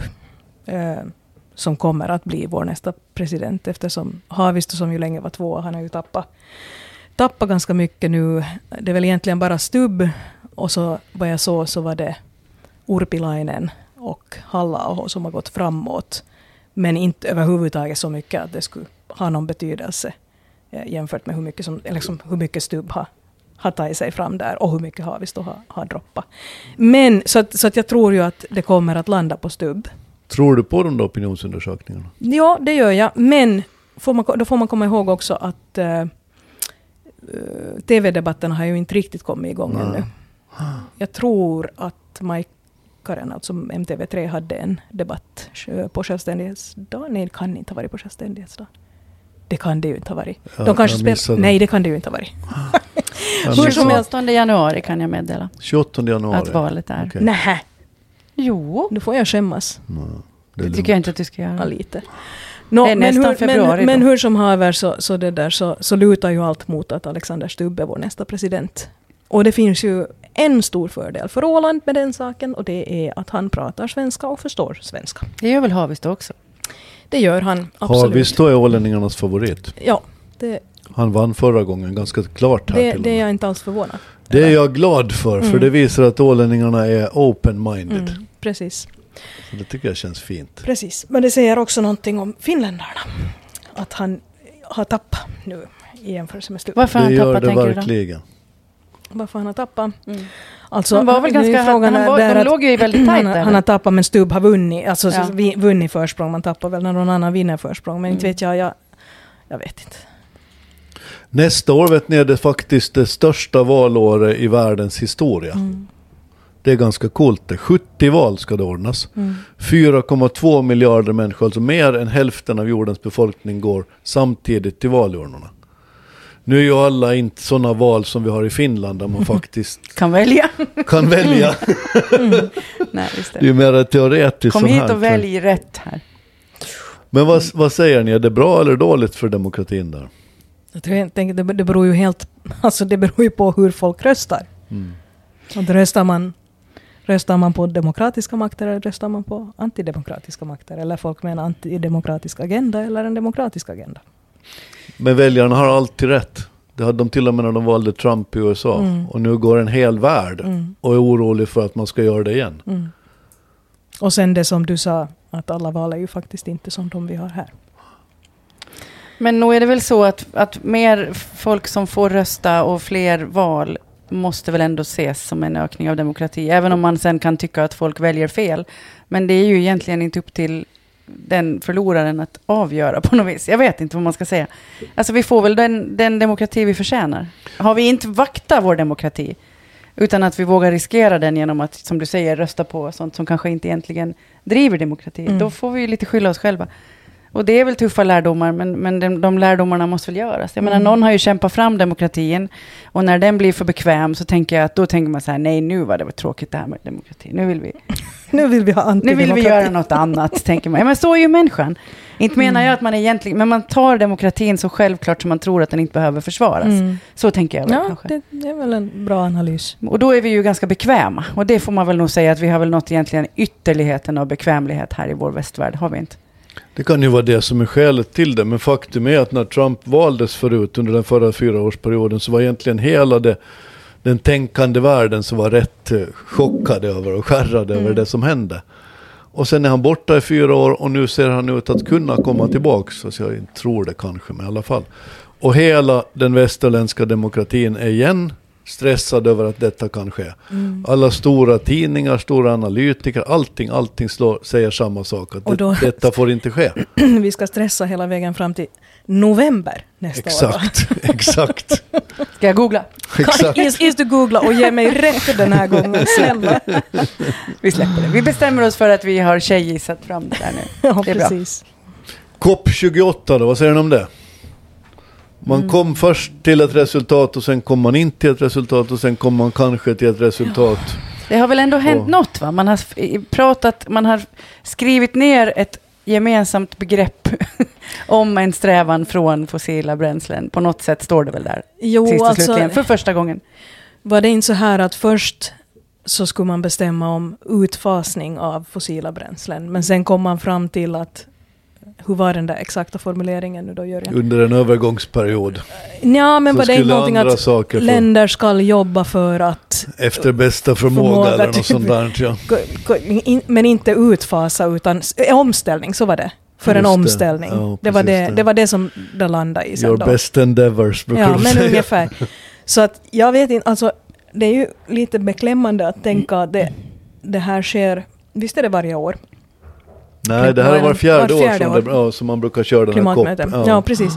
S3: som kommer att bli vår nästa president, eftersom Haavisto som ju länge var 2, han har ju tappat ganska mycket nu. Det är väl egentligen bara Stubb, och så vad jag såg så var det Urpilainen och Halla-aho som har gått framåt, men inte överhuvudtaget så mycket att det skulle ha någon betydelse jämfört med hur mycket Stubb har tagit sig fram där och hur mycket Haavisto har droppat. Men så att jag tror ju att det kommer att landa på Stubb.
S2: Tror du på de där opinionsundersökningarna?
S3: Ja, det gör jag. Men då får man komma ihåg också att TV-debatterna har ju inte riktigt kommit igång ännu. Jag tror att Majkaren, alltså MTV3, hade en debatt på självständighetsdag. Nej, det kan inte ha varit på självständighetsdag. Det kan det ju inte ha varit. De kanske nej, det kan det ju inte ha varit.
S1: Hur som helst, 28 januari kan jag meddela.
S2: 28 januari?
S1: Att valet är.
S2: Okay.
S3: Nej.
S1: Jo.
S3: Nu får jag skämmas.
S1: Det tycker jag inte att du ska göra.
S3: Ja, lite. Det är nästan februari. Men hur som haver så lutar ju allt mot att Alexander Stubb är vår nästa president. Och det finns ju en stor fördel för Åland med den saken, och det är att han pratar svenska och förstår svenska.
S1: Det gör väl Haavisto också? Det gör han, absolut.
S2: Haavisto är ålänningarnas favorit.
S3: Ja.
S2: Han vann förra gången ganska klart här.
S3: Det är jag inte alls förvånad.
S2: Det är jag glad för det visar att ålänningarna är open-minded.
S3: Precis.
S2: Så det tycker jag känns fint.
S3: Precis, men det säger också någonting om finländarna. Att han har tappat nu i jämförelse med Stubb.
S1: Varför har han tappat, tänker du då?
S2: Verkligen.
S3: Varför han har tappat? Alltså,
S1: han var väl ganska... de låg ju väldigt tajt där.
S3: Han har tappat, men Stubb har vunnit. Alltså vunnit försprång. Man tappar väl när någon annan vinner försprång. Men inte vet jag vet inte.
S2: Nästa år vet ni är det faktiskt det största valåret i världens historia. Det är ganska coolt. 70 val ska det ordnas. 4,2 miljarder människor, alltså mer än hälften av jordens befolkning, går samtidigt till valurnorna. Nu är ju alla inte sådana val som vi har i Finland där man faktiskt
S1: kan välja. Nej, just det.
S2: Det är mer teoretiskt.
S1: Kom hit och välj rätt här.
S2: Men vad säger ni? Är det bra eller dåligt för demokratin där?
S3: Jag tänker, det beror ju helt... Alltså det beror ju på hur folk röstar. Och röstar man på demokratiska makter eller röstar man på antidemokratiska makter? Eller folk med en antidemokratisk agenda eller en demokratisk agenda?
S2: Men väljarna har alltid rätt. Det hade de till och med när de valde Trump i USA. Och nu går en hel värld och är orolig för att man ska göra det igen.
S3: Och sen det som du sa, att alla val är ju faktiskt inte som de vi har här.
S1: Men nog är det väl så att mer folk som får rösta och fler val måste väl ändå ses som en ökning av demokrati. Även om man sen kan tycka att folk väljer fel. Men det är ju egentligen inte upp till den förloraren att avgöra på något vis. Jag vet inte vad man ska säga. Alltså vi får väl den demokrati vi förtjänar. Har vi inte vaktat vår demokrati utan att vi vågar riskera den genom att, som du säger, rösta på sånt som kanske inte egentligen driver demokrati. Då får vi lite skylla oss själva. Och det är väl tuffa lärdomar, men de lärdomarna måste väl göras. Jag menar, någon har ju kämpat fram demokratin, och när den blir för bekväm så tänker jag att då tänker man så här, nej, nu var det tråkigt det här med demokrati. Nu vill vi ha antidemokrati. Nu vill vi göra något annat, tänker man. Ja, men så är ju människan. Inte menar jag att man egentligen, men man tar demokratin så självklart som man tror att den inte behöver försvaras. Så tänker jag väl kanske.
S3: Det är väl en bra analys.
S1: Och då är vi ju ganska bekväma. Och det får man väl nog säga att vi har väl nått egentligen ytterligheten av bekvämlighet här i vår västvärld. Har vi inte?
S2: Det kan ju vara det som är skälet till det. Men faktum är att när Trump valdes förut under den förra 4-årsperioden så var egentligen hela det den tänkande världen som var rätt chockade över och skärrade över det som hände. Och sen är han borta i 4 år och nu ser han ut att kunna komma tillbaka. Så jag inte tror det kanske, men i alla fall. Och hela den västerländska demokratin är igen stressad över att detta kan ske. Alla stora tidningar, stora analytiker, allting säger samma sak. Att detta får inte ske.
S3: Vi ska stressa hela vägen fram till november nästa år.
S2: Exakt.
S1: Ska jag googla?
S2: Exakt.
S3: Is du googla och ge mig rätt den här gången, snälla.
S1: Vi släpper det. Vi bestämmer oss för att vi har tjejgissat fram det där nu.
S3: Ja,
S1: det är
S3: precis.
S2: COP28 då, vad säger ni om det? Man kom först till ett resultat och sen kom man inte till ett resultat och sen kom man kanske till ett resultat.
S1: Ja. Det har väl ändå hänt något, va? Man har man har skrivit ner ett gemensamt begrepp om en strävan från fossila bränslen. På något sätt står det väl där.
S3: Jo, alltså,
S1: slutligen, för första gången.
S3: Var det inte så här att först så skulle man bestämma om utfasning av fossila bränslen, men sen kom man fram till att, hur var den där exakta formuleringen nu då, Jörgen?
S2: Under en övergångsperiod.
S3: Ja, men var det inte någonting att länder ska jobba för att
S2: efter bästa förmåga eller något sånt där, ja.
S3: Men inte utfasa utan omställning, så var det. För en omställning. Ja, det var det som det landade i sen.
S2: Your
S3: då.
S2: best endeavors, brukar
S3: men
S2: säga.
S3: Ungefär. Så att jag vet inte, alltså det är ju lite beklämmande att tänka att det här sker, visst är det varje år?
S2: Nej, det här är var fjärde år som man brukar köra den här COP.
S3: Ja, precis.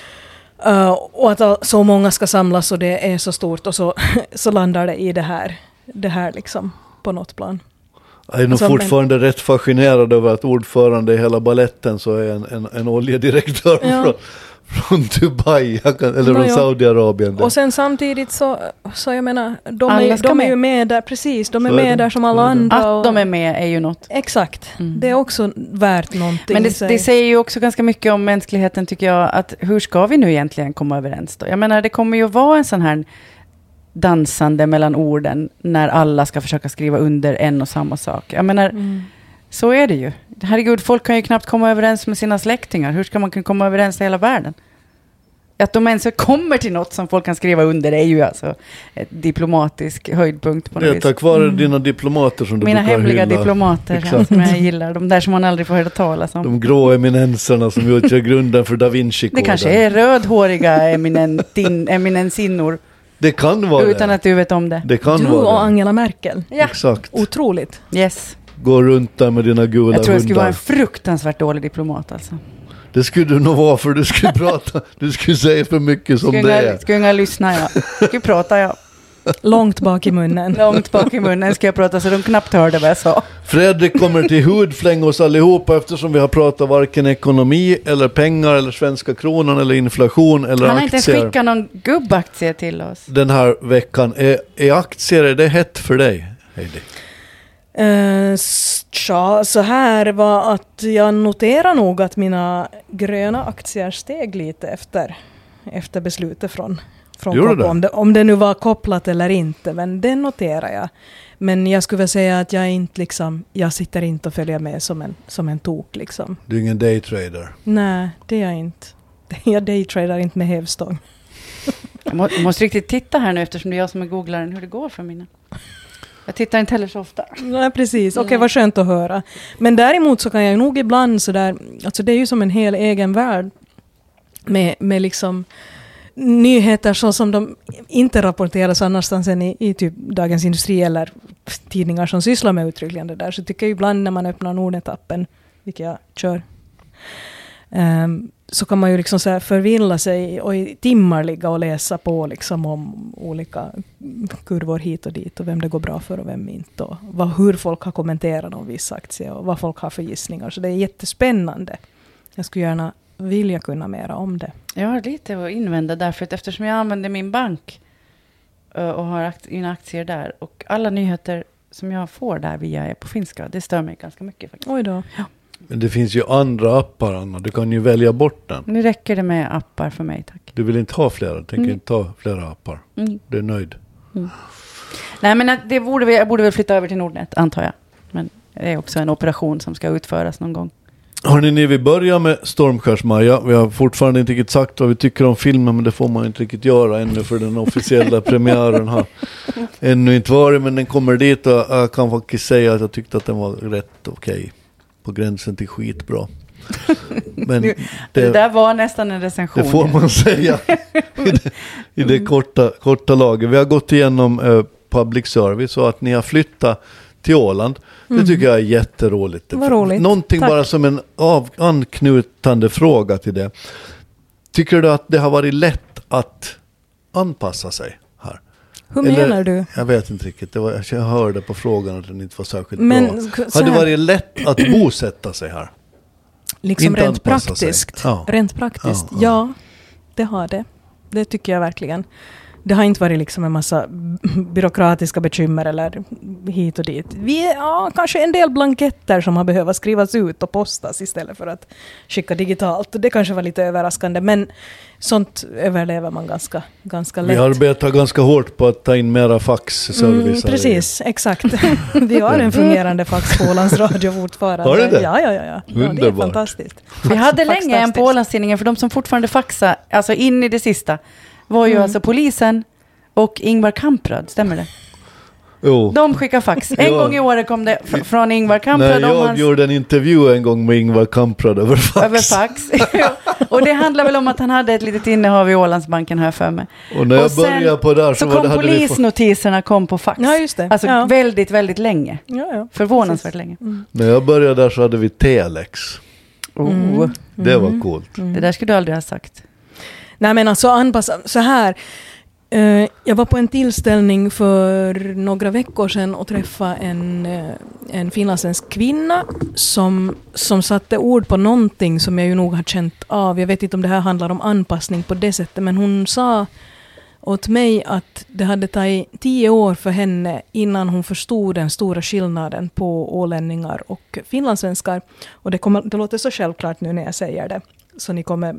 S3: Och att så många ska samlas och det är så stort och så landar det i det här liksom på något plan.
S2: Jag är nog fortfarande rätt fascinerad över att ordförande i hela balletten så är en oljedirektör från Dubai eller från Saudiarabien.
S3: Och sen samtidigt så jag menar, de är ju med där, precis, de är med där som alla andra.
S1: Att de är med är ju något.
S3: Exakt, det är också värt någonting.
S1: Men det säger ju också ganska mycket om mänskligheten, tycker jag, att hur ska vi nu egentligen komma överens då? Jag menar, det kommer ju vara en sån här dansande mellan orden när alla ska försöka skriva under en och samma sak. Jag menar, så är det ju. Herregud, folk kan ju knappt komma överens med sina släktingar. Hur ska man kunna komma överens i hela världen? Att de ens kommer till något som folk kan skriva under är ju alltså ett diplomatisk höjdpunkt på något vis.
S2: Det är tack vare dina diplomater som du
S1: mina
S2: brukar
S1: hemliga
S2: hylla.
S1: Diplomater som jag gillar. De där som man aldrig får höra talas om.
S2: De grå eminenserna som utgör grunden för Da Vinci-koden.
S1: Det kanske är rödhåriga eminensinnor.
S2: Det kan vara
S1: utan att du vet om det.
S2: Det kan
S3: du
S2: vara
S3: och Angela Merkel.
S1: Ja.
S2: Exakt.
S3: Otroligt.
S1: Yes.
S2: Gå runt där med dina gula hundar.
S1: Jag tror det skulle vara en fruktansvärt dålig diplomat alltså.
S2: Det skulle du nog vara, för du skulle prata. Du skulle säga för mycket som det är.
S1: Skulle jag lyssna, ja. Skulle prata, ja.
S3: Långt bak i munnen.
S1: Långt bak i munnen ska jag prata så de knappt hörde vad jag sa.
S2: Fredrik kommer till hudfläng oss allihopa eftersom vi har pratat varken ekonomi eller pengar eller svenska kronan eller inflation eller aktier.
S1: Han har inte skickat någon gubbaktie till oss.
S2: Den här veckan. Är aktier, är det hett för dig, Heidi?
S3: Så här var att jag noterar nog att mina gröna aktier steg lite efter beslutet från COP. Om det nu var kopplat eller inte, men det noterar jag. Men jag skulle väl säga att jag sitter inte och följer med som en tok liksom.
S2: Du är ingen daytrader?
S3: Nej, det är jag inte. Jag daytradar inte med hävstång.
S1: Jag måste riktigt titta här nu eftersom det är jag som är googlaren hur det går för mina. Jag tittar inte heller så ofta.
S3: Nej, precis. Okej, vad skönt att höra. Men däremot så kan jag nog ibland sådär, alltså det är ju som en hel egen värld med liksom nyheter så som de inte rapporteras annanstans än i typ Dagens Industri eller tidningar som sysslar med uttryckligen det där. Så tycker jag ibland när man öppnar Nordnet-appen, vilket jag kör, så kan man ju liksom så här förvilla sig och i timmar ligga och läsa på liksom om olika kurvor hit och dit och vem det går bra för och vem inte och hur folk har kommenterat om vissa aktier och vad folk har för gissningar. Så det är jättespännande. Jag skulle gärna vilja kunna mera om det.
S1: Jag har lite att invända därför att eftersom jag använder min bank och har mina aktier där och alla nyheter som jag får där via är på finska, det stör mig ganska mycket faktiskt.
S3: Oj då.
S1: Ja.
S2: Men det finns ju andra appar, Anna. Du kan ju välja bort den.
S1: Nu räcker det med appar för mig, tack.
S2: Du vill inte ha flera? Tänker inte ha flera appar? Du är nöjd?
S1: Nej, men jag borde väl flytta över till Nordnet, antar jag. Men det är också en operation som ska utföras någon gång.
S2: Hörrni, vi börjar med Stormskärs-Maja. Vi har fortfarande inte riktigt sagt vad vi tycker om filmen, men det får man inte riktigt göra ännu för den officiella premiären har ännu inte varit, men den kommer dit och jag kan faktiskt säga att jag tyckte att den var rätt okej. På gränsen till skitbra. Men
S1: det där var nästan en recension.
S2: Det får man säga i det korta laget. Vi har gått igenom public service och att ni har flyttat till Åland. Det tycker jag är jätteroligt.
S3: Vad roligt.
S2: Någonting
S3: Tack.
S2: bara som en anknutande fråga till det. Tycker du att det har varit lätt att anpassa sig här?
S3: Hur menar du?
S2: Jag vet inte riktigt. Jag hörde på frågan att den inte var särskilt
S3: Men,
S2: bra. Har det varit lätt att bosätta sig här?
S3: Liksom
S2: inte
S3: rent
S2: anpassa
S3: praktiskt.
S2: sig. Ja.
S3: Rent praktiskt. Ja, det har det. Det tycker jag verkligen. Det har inte varit liksom en massa byråkratiska bekymmer eller hit och dit. Vi är kanske en del blanketter som har behövt skrivas ut och postas istället för att skicka digitalt. Det kanske var lite överraskande, men sånt överlever man ganska lätt.
S2: Vi arbetar ganska hårt på att ta in mera faxservice.
S3: Precis, exakt. Vi har en fungerande fax på Ålands Radio fortfarande.
S2: Har du det?
S3: Ja. Ja, det är fantastiskt.
S1: Vi hade länge en på Ålandstidningen för de som fortfarande faxar, alltså in i det sista, var ju alltså polisen och Ingvar Kamprad, stämmer det?
S2: Jo.
S1: De skickar fax. En gång i året kom det från Ingvar Kamprad.
S2: Nej, jag gjorde en intervju en gång med Ingvar Kamprad över fax.
S1: Och det handlar väl om att han hade ett litet innehav i Ålandsbanken här för mig.
S2: Och när jag började på där
S1: så kom polisnotiserna kom på fax.
S3: Ja, just det.
S1: Alltså väldigt, väldigt länge.
S3: Ja.
S1: Förvånansvärt länge.
S2: När jag började där så hade vi telex. Det var coolt.
S1: Det där skulle du aldrig ha sagt.
S3: Nej, men alltså anpassa så här. Jag var på en tillställning för några veckor sedan och träffade en finlandssvensk kvinna som satte ord på någonting som jag ju nog har känt av. Jag vet inte om det här handlar om anpassning på det sättet, men hon sa åt mig att det hade tagit 10 år för henne innan hon förstod den stora skillnaden på ålänningar och finlandssvenskar. Och det låter så självklart nu när jag säger det. Så ni kommer...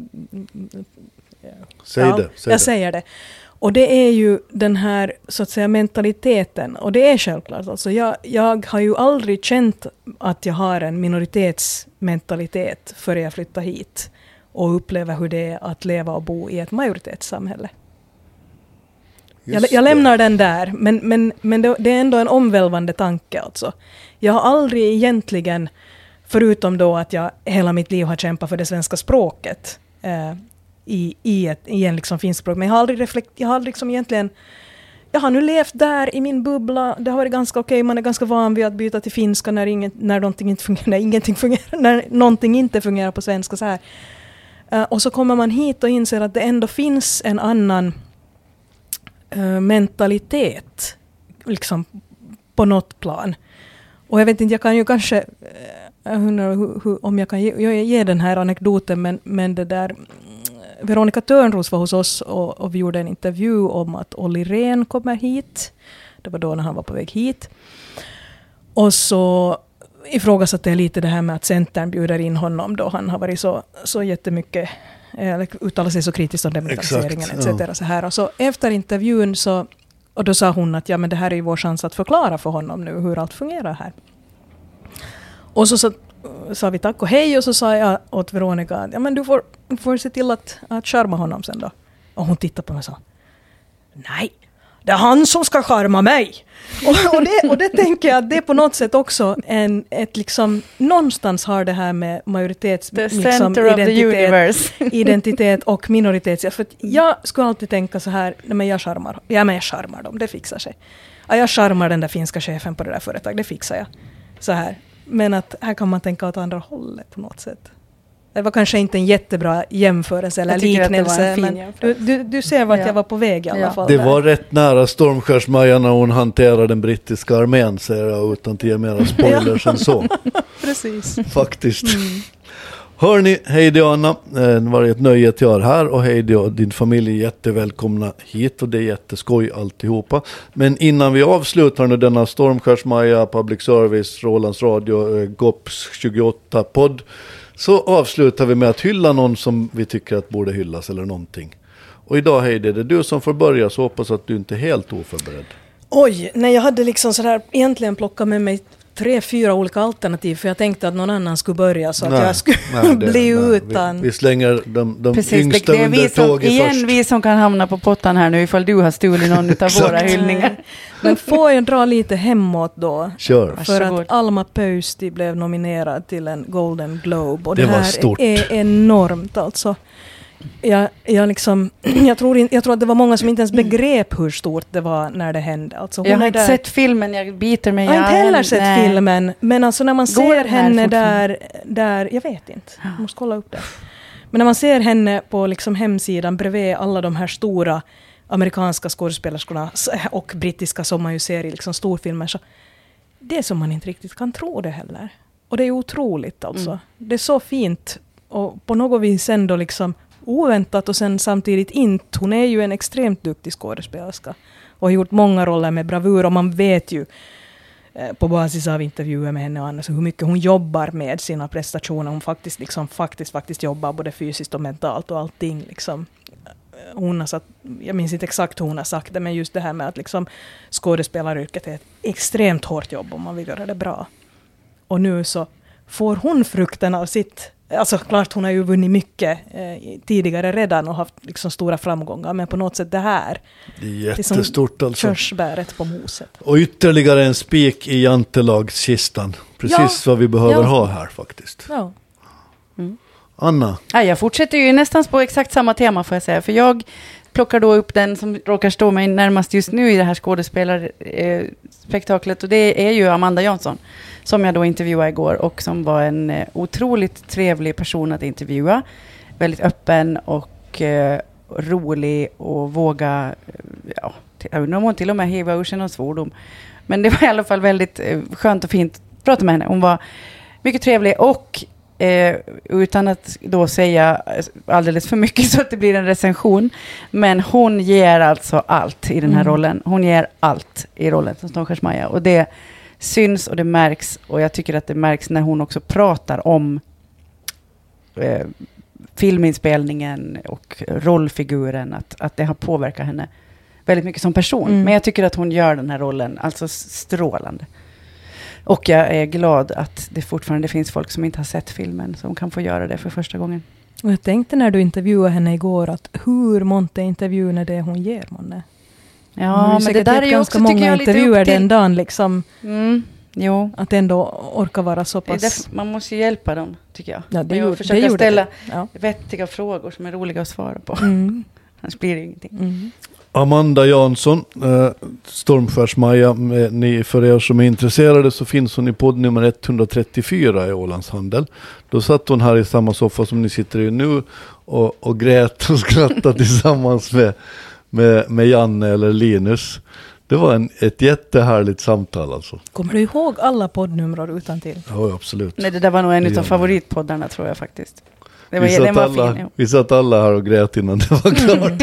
S2: Säg det.
S3: Säger det. Och det är ju den här så att säga mentaliteten. Och det är självklart. Alltså jag har ju aldrig känt att jag har en minoritetsmentalitet förrän jag flyttar hit. Och upplever hur det är att leva och bo i ett majoritetssamhälle. Jag lämnar den där. Men det är ändå en omvälvande tanke alltså. Jag har aldrig egentligen, förutom då att jag hela mitt liv har kämpat för det svenska språket, i en liksom finskspråk. Men jag har liksom egentligen, jag har nu levt där i min bubbla. Det har varit ganska okej. Man är ganska van vid att byta till finska när någonting inte fungerar på svenska så här. Och så kommer man hit och inser att det ändå finns en annan mentalitet liksom på något plan. Och jag vet inte, jag kan ju kanske jag undrar om jag kan ge den här anekdoten, men det där Veronica Törnros var hos oss och vi gjorde en intervju om att Olli Rehn kommer hit. Det var då när han var på väg hit. Och så ifrågasatte jag lite det här med att Centern bjuder in honom då han har varit så jättemycket uttalat sig så kritiskt om demokratiseringen etc. Ja. Så här. Och så efter intervjun och då sa hon att men det här är ju vår chans att förklara för honom nu hur allt fungerar här. Och så sa vi tack och hej och så sa jag åt Veronica att men du får se till att charma honom sen då. Och hon tittade på mig och sa nej, det är han som ska charma mig. Och det tänker jag att det är på något sätt också ett liksom, någonstans har det här med majoritets liksom, identitet och minoritet. För jag skulle alltid tänka så här, men jag charmar dem, det fixar sig. Ja, jag charmar den där finska chefen på det där företaget, det fixar jag. Så här. Men att här kan man tänka åt andra hållet på något sätt. Det var kanske inte en jättebra jämförelse eller liknelse, men du ser vart jag var på väg i alla fall.
S2: Det var rätt nära Stormskärs-Maja när hon hanterade den brittiska armén, säger jag, utan att ge mera spoilers än så.
S3: Precis.
S2: Faktiskt. Hörni, Heidi och Anna, det var ett nöje att jag är här, och Heidi och din familj är jättevälkomna hit och det är jätteskoj alltihopa. Men innan vi avslutar nu denna Stormskärs-Maja, Public Service, Ålands Radio, GOPS 28-podd, så avslutar vi med att hylla någon som vi tycker att borde hyllas eller någonting. Och idag, Heidi, det är du som får börja, så hoppas att du inte är helt oförberedd.
S3: Oj, nej, jag hade liksom sådär egentligen plockat med mig 3-4 olika alternativ, för jag tänkte att någon annan skulle börja så att jag skulle bli utan.
S2: Vi slänger de
S1: Precis,
S2: yngsta
S1: det är
S2: under
S1: vi som,
S2: tåget
S1: igen
S2: först.
S1: vi som kan hamna på pottan här nu ifall du har stulit någon av våra hyllningar.
S3: Men får jag dra lite hemåt då?
S2: Kör.
S3: För
S1: Varsågod.
S3: att Alma Pöysti blev nominerad till en Golden Globe. Och
S2: Det
S3: det
S2: var
S3: här
S2: stort.
S3: är enormt alltså. Jag tror att det var många som inte ens begrep hur stort det var när det hände. Alltså,
S1: Jag har inte sett filmen, jag biter mig.
S3: Jag har inte heller sett
S1: nej.
S3: filmen. Men alltså när man
S1: Går
S3: ser
S1: den här
S3: henne
S1: fortfarande?
S3: där, jag vet inte. Jag måste kolla upp det. Men när man ser henne på liksom hemsidan bredvid alla de här stora amerikanska skådespelerskorna och brittiska som man ju ser i liksom storfilmer, så det är som man inte riktigt kan tro det heller. Och det är otroligt alltså. Det är så fint och på något vis ändå liksom oväntat och sen samtidigt inte. Hon är ju en extremt duktig skådespelerska och har gjort många roller med bravur, och man vet ju på basis av intervjuer med henne och annars hur mycket hon jobbar med sina prestationer. Hon faktiskt jobbar både fysiskt och mentalt och allting liksom. Hon har sagt, jag minns inte exakt hur hon har sagt det, men just det här med att liksom skådespelaryrket är ett extremt hårt jobb om man vill göra det bra. Och nu så får hon frukten av sitt. Alltså klart hon har ju vunnit mycket tidigare redan och haft liksom stora framgångar, men på något sätt det här.
S2: Det är jättestort alltså.
S3: Körsbäret på moset.
S2: Och ytterligare en spik i jantelagskistan. Precis vad vi behöver ha här faktiskt.
S3: Ja.
S2: Anna?
S1: Ja, jag fortsätter ju nästan på exakt samma tema får jag säga. För jag plockar då upp den som råkar stå mig närmast just nu i det här skådespelarspektaklet. Och det är ju Amanda Jansson. Som jag då intervjuade igår och som var en otroligt trevlig person att intervjua. Väldigt öppen och rolig och våga, jag undrar om hon till och med hiva ur sig någon svordom. Men det var i alla fall väldigt skönt och fint att prata med henne. Hon var mycket trevlig och utan att då säga alldeles för mycket så att det blir en recension. Men hon ger alltså allt i den här rollen. Hon ger allt i rollen som Ståndskärs-Maja. Och det syns och det märks, och jag tycker att det märks när hon också pratar om filminspelningen och rollfiguren, att det har påverkat henne väldigt mycket som person. Men jag tycker att hon gör den här rollen alltså strålande. Och jag är glad att det fortfarande finns folk som inte har sett filmen som kan få göra det för första gången.
S3: Och jag tänkte när du intervjuade henne igår att hur månte intervjun är det hon ger månne?
S1: Ja, men det där är ju
S3: ganska
S1: också,
S3: många
S1: tycker jag, lite
S3: intervjuer
S1: upp till
S3: den dagen liksom.
S1: Jo.
S3: Att ändå orka vara så pass.
S1: Man måste ju hjälpa dem, tycker jag.
S3: Ja,
S1: jag försöker ställa
S3: det.
S1: vettiga frågor som är roliga att svara på. Annars blir det ingenting.
S2: Amanda Jansson, Ståndskärs-Maja, för er som är intresserade så finns hon i podd nummer 134 i Ålands Handel. Då satt hon här i samma soffa som ni sitter i nu och grät och skrattade tillsammans med Janne eller Linus. Det var ett jättehärligt samtal alltså.
S3: Kommer du ihåg alla poddnummer utan till?
S2: Ja, absolut.
S1: Nej, det där var nog en av favoritpoddarna tror jag faktiskt. Den var fin.
S2: Vi satt alla här och grät innan det var klart.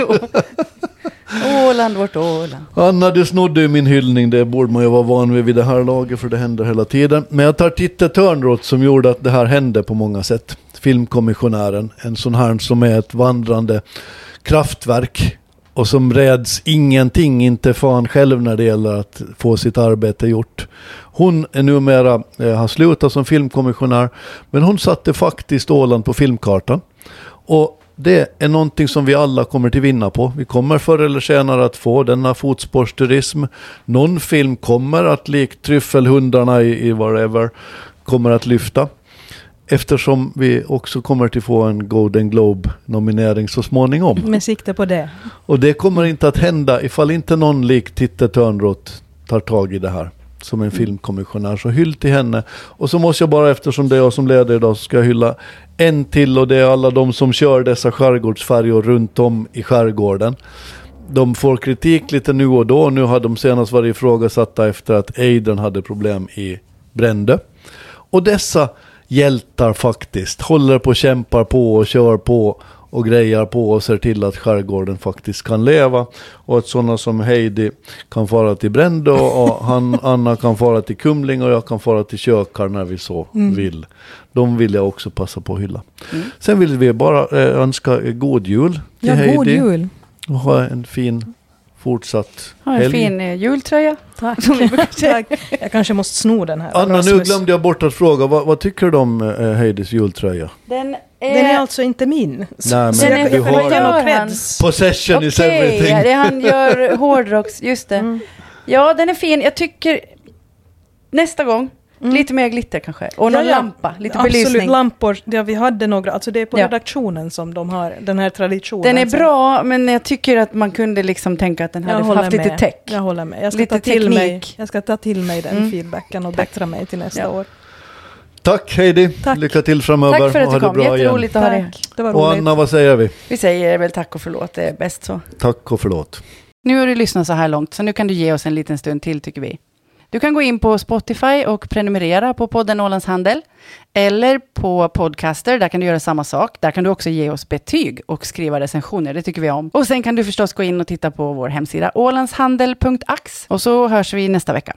S1: Åland, vårt Åland.
S2: Anna, du snodde ju min hyllning. Det borde man ju vara van vid det här laget, för det händer hela tiden. Men jag tar Titte Törnroth som gjorde att det här hände på många sätt. Filmkommissionären, en sån här som är ett vandrande kraftverk och som räds ingenting, inte fan själv när det gäller att få sitt arbete gjort. Hon är numera, har slutat som filmkommissionär, men hon satte faktiskt Åland på filmkartan. Och det är någonting som vi alla kommer till vinna på. Vi kommer förr eller senare att få denna fotspårsturism. Någon film kommer att likt tryffelhundarna i whatever kommer att lyfta. Eftersom vi också kommer till få en Golden Globe-nominering så småningom.
S3: Med sikte på det.
S2: Och det kommer inte att hända ifall inte någon lik Titte Törnroth tar tag i det här som en filmkommissionär. Så hyll till henne. Och så måste jag bara, eftersom det är jag som leder idag, så ska jag hylla en till, och det är alla de som kör dessa skärgårdsfärjor runt om i skärgården. De får kritik lite nu och då. Nu har de senast varit ifrågasatta efter att Eidern hade problem i Brändö. Och dessa hjältar faktiskt håller på, kämpar på och kör på och grejar på och ser till att skärgården faktiskt kan leva, och att sådana som Heidi kan fara till Brändö och Anna kan fara till Kumling och jag kan fara till Kökar när vi så vill. De vill jag också passa på att hylla. Sen vill vi bara önska god jul till Heidi.
S3: God jul.
S2: Och ha en fin fortsatt
S1: Har en
S2: helg.
S1: fin jultröja.
S3: Tack.
S1: Som vi brukar säga.
S3: Tack. Jag kanske måste sno den här.
S2: Anna, nu
S3: Rasmus.
S2: glömde jag bort att fråga. Vad tycker du om Heidis jultröja?
S1: Den
S3: Den är alltså inte min.
S2: Nej,
S3: Så
S2: men
S3: jag
S1: du
S3: kan
S1: har-
S3: inte ge någon
S1: Gör
S3: creds.
S2: Possession is
S1: Okej,
S2: everything.
S1: det han gör hårdrocks, just det.
S3: Mm.
S1: Ja, den är fin. Jag tycker nästa gång, lite mer glitter kanske. Och någon lampa, lite
S3: Absolut,
S1: belysning.
S3: lampor. Ja, vi hade några, alltså det är på
S1: Ja.
S3: redaktionen som de har den här traditionen.
S1: Den är
S3: som-
S1: bra, men jag tycker att man kunde liksom tänka att den
S3: Jag
S1: hade
S3: håller
S1: haft lite
S3: med.
S1: tech.
S3: Jag håller med. Jag ska,
S1: Lite
S3: ta till mig,
S1: teknik.
S3: jag ska ta till mig den
S1: Mm.
S3: feedbacken och
S1: Tack.
S3: bättra mig till nästa
S1: Ja.
S3: år.
S2: Tack Heidi.
S3: Tack.
S2: Lycka till framöver.
S1: Tack för att
S2: och
S1: du
S2: ha det
S1: kom,
S2: bra igen.
S1: jätteroligt att ha dig.
S3: Det var
S2: Och
S3: roligt.
S2: Anna, vad säger vi?
S1: Vi säger väl tack och förlåt, det är bäst så.
S2: Tack och förlåt.
S1: Nu har du lyssnat så här långt, så nu kan du ge oss en liten stund till tycker vi. Du kan gå in på Spotify och prenumerera på podden Ålands Handel. Eller på Podcaster, där kan du göra samma sak. Där kan du också ge oss betyg och skriva recensioner, det tycker vi om. Och sen kan du förstås gå in och titta på vår hemsida ålandshandel.ax. Och så hörs vi nästa vecka.